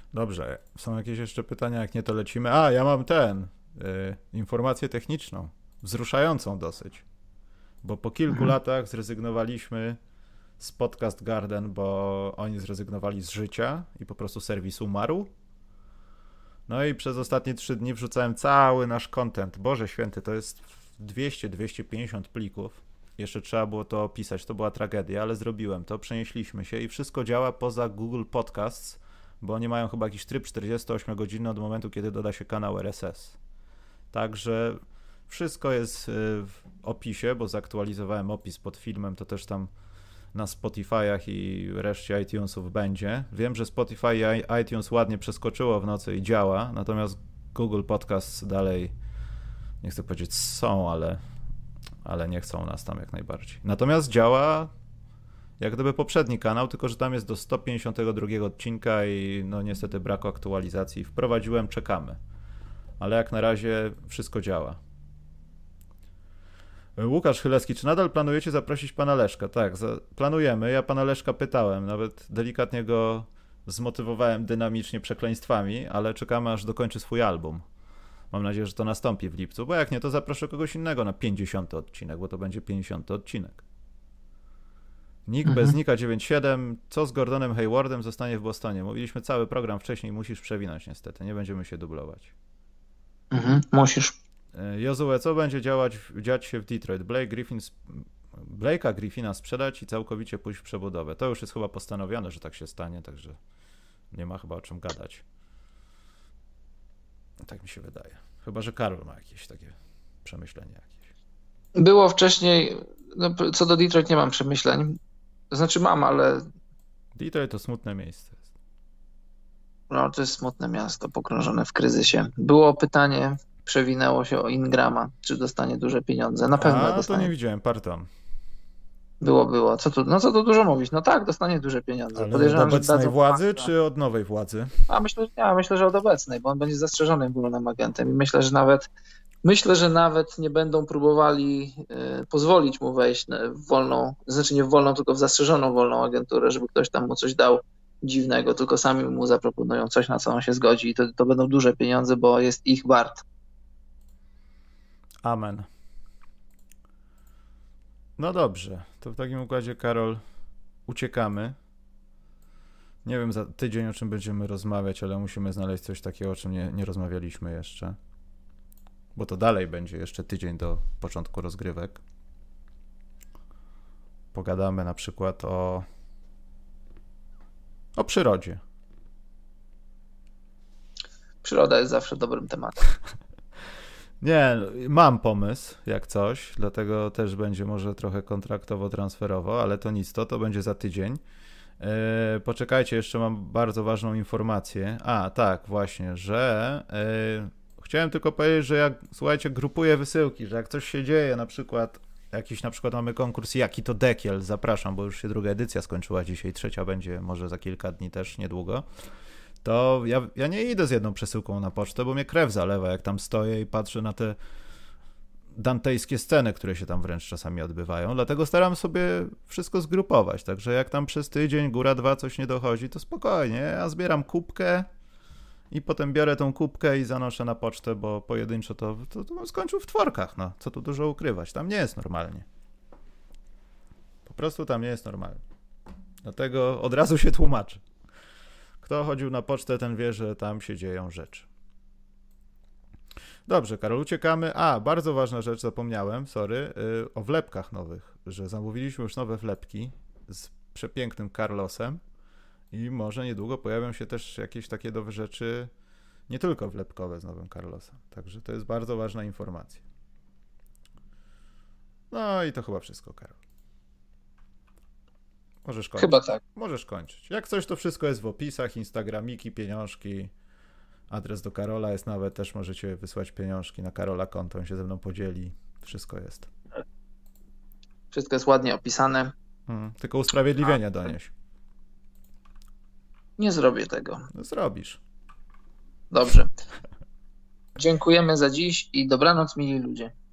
Dobrze, są jakieś jeszcze pytania? Jak nie, to lecimy. Ja mam informację techniczną, wzruszającą dosyć, bo po kilku latach zrezygnowaliśmy z Podcast Garden, bo oni zrezygnowali z życia i po prostu serwis umarł. No i przez ostatnie 3 dni wrzucałem cały nasz content. Boże święty, to jest 200-250 plików. Jeszcze trzeba było to opisać, to była tragedia, ale zrobiłem to, przenieśliśmy się i wszystko działa poza Google Podcasts, bo oni mają chyba jakiś tryb 48-godzinny od momentu, kiedy doda się kanał RSS. Także wszystko jest w opisie, bo zaktualizowałem opis pod filmem, to też tam na Spotify'ach i reszcie iTunesów będzie. Wiem, że Spotify i iTunes ładnie przeskoczyło w nocy i działa, natomiast Google Podcasts dalej, nie chcę powiedzieć są, ale nie chcą nas tam jak najbardziej. Natomiast działa jak gdyby poprzedni kanał, tylko że tam jest do 152 odcinka i no niestety brak aktualizacji. Wprowadziłem, czekamy. Ale jak na razie wszystko działa. Łukasz Chylewski, czy nadal planujecie zaprosić pana Leszka? Tak, planujemy. Ja pana Leszka pytałem, nawet delikatnie go zmotywowałem dynamicznie przekleństwami, ale czekamy, aż dokończy swój album. Mam nadzieję, że to nastąpi w lipcu, bo jak nie, to zaproszę kogoś innego na 50. odcinek, bo to będzie 50. odcinek. Nick bez Nika 97, co z Gordonem Haywardem zostanie w Bostonie? Mówiliśmy cały program wcześniej, musisz przewinąć niestety, nie będziemy się dublować. Musisz. Jozue, co będzie dziać się w Detroit? Blake'a Griffina sprzedać i całkowicie pójść w przebudowę. To już jest chyba postanowione, że tak się stanie, także nie ma chyba o czym gadać. Tak mi się wydaje. Chyba że Karol ma jakieś takie przemyślenie jakieś. Było wcześniej, no, co do Detroit nie mam przemyśleń. Znaczy mam, ale... Detroit to smutne miejsce. No, to jest smutne miasto, pogrążone w kryzysie. Było pytanie, przewinęło się o Ingrama, czy dostanie duże pieniądze. Na pewno dostanie. To nie widziałem, pardon. Było. Co tu dużo mówić? No tak, dostanie duże pieniądze. Ale od obecnej władzy, czy od nowej władzy? Myślę, że od obecnej, bo on będzie zastrzeżonym głównym agentem i myślę, że nawet nie będą próbowali pozwolić mu wejść w wolną, znaczy nie w wolną, tylko w zastrzeżoną wolną agenturę, żeby ktoś tam mu coś dał dziwnego, tylko sami mu zaproponują coś, na co on się zgodzi i to będą duże pieniądze, bo jest ich wart. Amen. No dobrze, to w takim układzie, Karol, uciekamy. Nie wiem za tydzień, o czym będziemy rozmawiać, ale musimy znaleźć coś takiego, o czym nie rozmawialiśmy jeszcze. Bo to dalej będzie jeszcze tydzień do początku rozgrywek. Pogadamy na przykład o przyrodzie. Przyroda jest zawsze dobrym tematem. Nie, mam pomysł, jak coś, dlatego też będzie może trochę kontraktowo-transferowo, ale to nic, to będzie za tydzień. Poczekajcie, jeszcze mam bardzo ważną informację. Tak, właśnie, że chciałem tylko powiedzieć, że słuchajcie, grupuję wysyłki, że jak coś się dzieje, na przykład mamy konkurs Jaki to Dekiel, zapraszam, bo już się 2. edycja skończyła dzisiaj, 3. będzie może za kilka dni też, niedługo. To ja nie idę z jedną przesyłką na pocztę, bo mnie krew zalewa, jak tam stoję i patrzę na te dantejskie sceny, które się tam wręcz czasami odbywają, dlatego staram sobie wszystko zgrupować, także jak tam przez tydzień, góra 2 coś nie dochodzi, to spokojnie, ja zbieram kubkę i potem biorę tą kubkę i zanoszę na pocztę, bo pojedynczo to bym skończył w tworkach, no, co tu dużo ukrywać, tam nie jest normalnie. Po prostu tam nie jest normalnie. Dlatego od razu się tłumaczę. Kto chodził na pocztę, ten wie, że tam się dzieją rzeczy. Dobrze, Karol, uciekamy. Bardzo ważna rzecz, zapomniałem, sorry, o wlepkach nowych, że zamówiliśmy już nowe wlepki z przepięknym Carlosem i może niedługo pojawią się też jakieś takie nowe rzeczy, nie tylko wlepkowe z nowym Carlosem. Także to jest bardzo ważna informacja. No i to chyba wszystko, Karol. Możesz kończyć. Chyba tak. Możesz kończyć. Jak coś, to wszystko jest w opisach, instagramiki, pieniążki, adres do Karola jest nawet, też możecie wysłać pieniążki na Karola konto, on się ze mną podzieli. Wszystko jest. Wszystko jest ładnie opisane. Tylko usprawiedliwienia donieś. Nie zrobię tego. No, zrobisz. Dobrze. Dziękujemy za dziś i dobranoc, mili ludzie.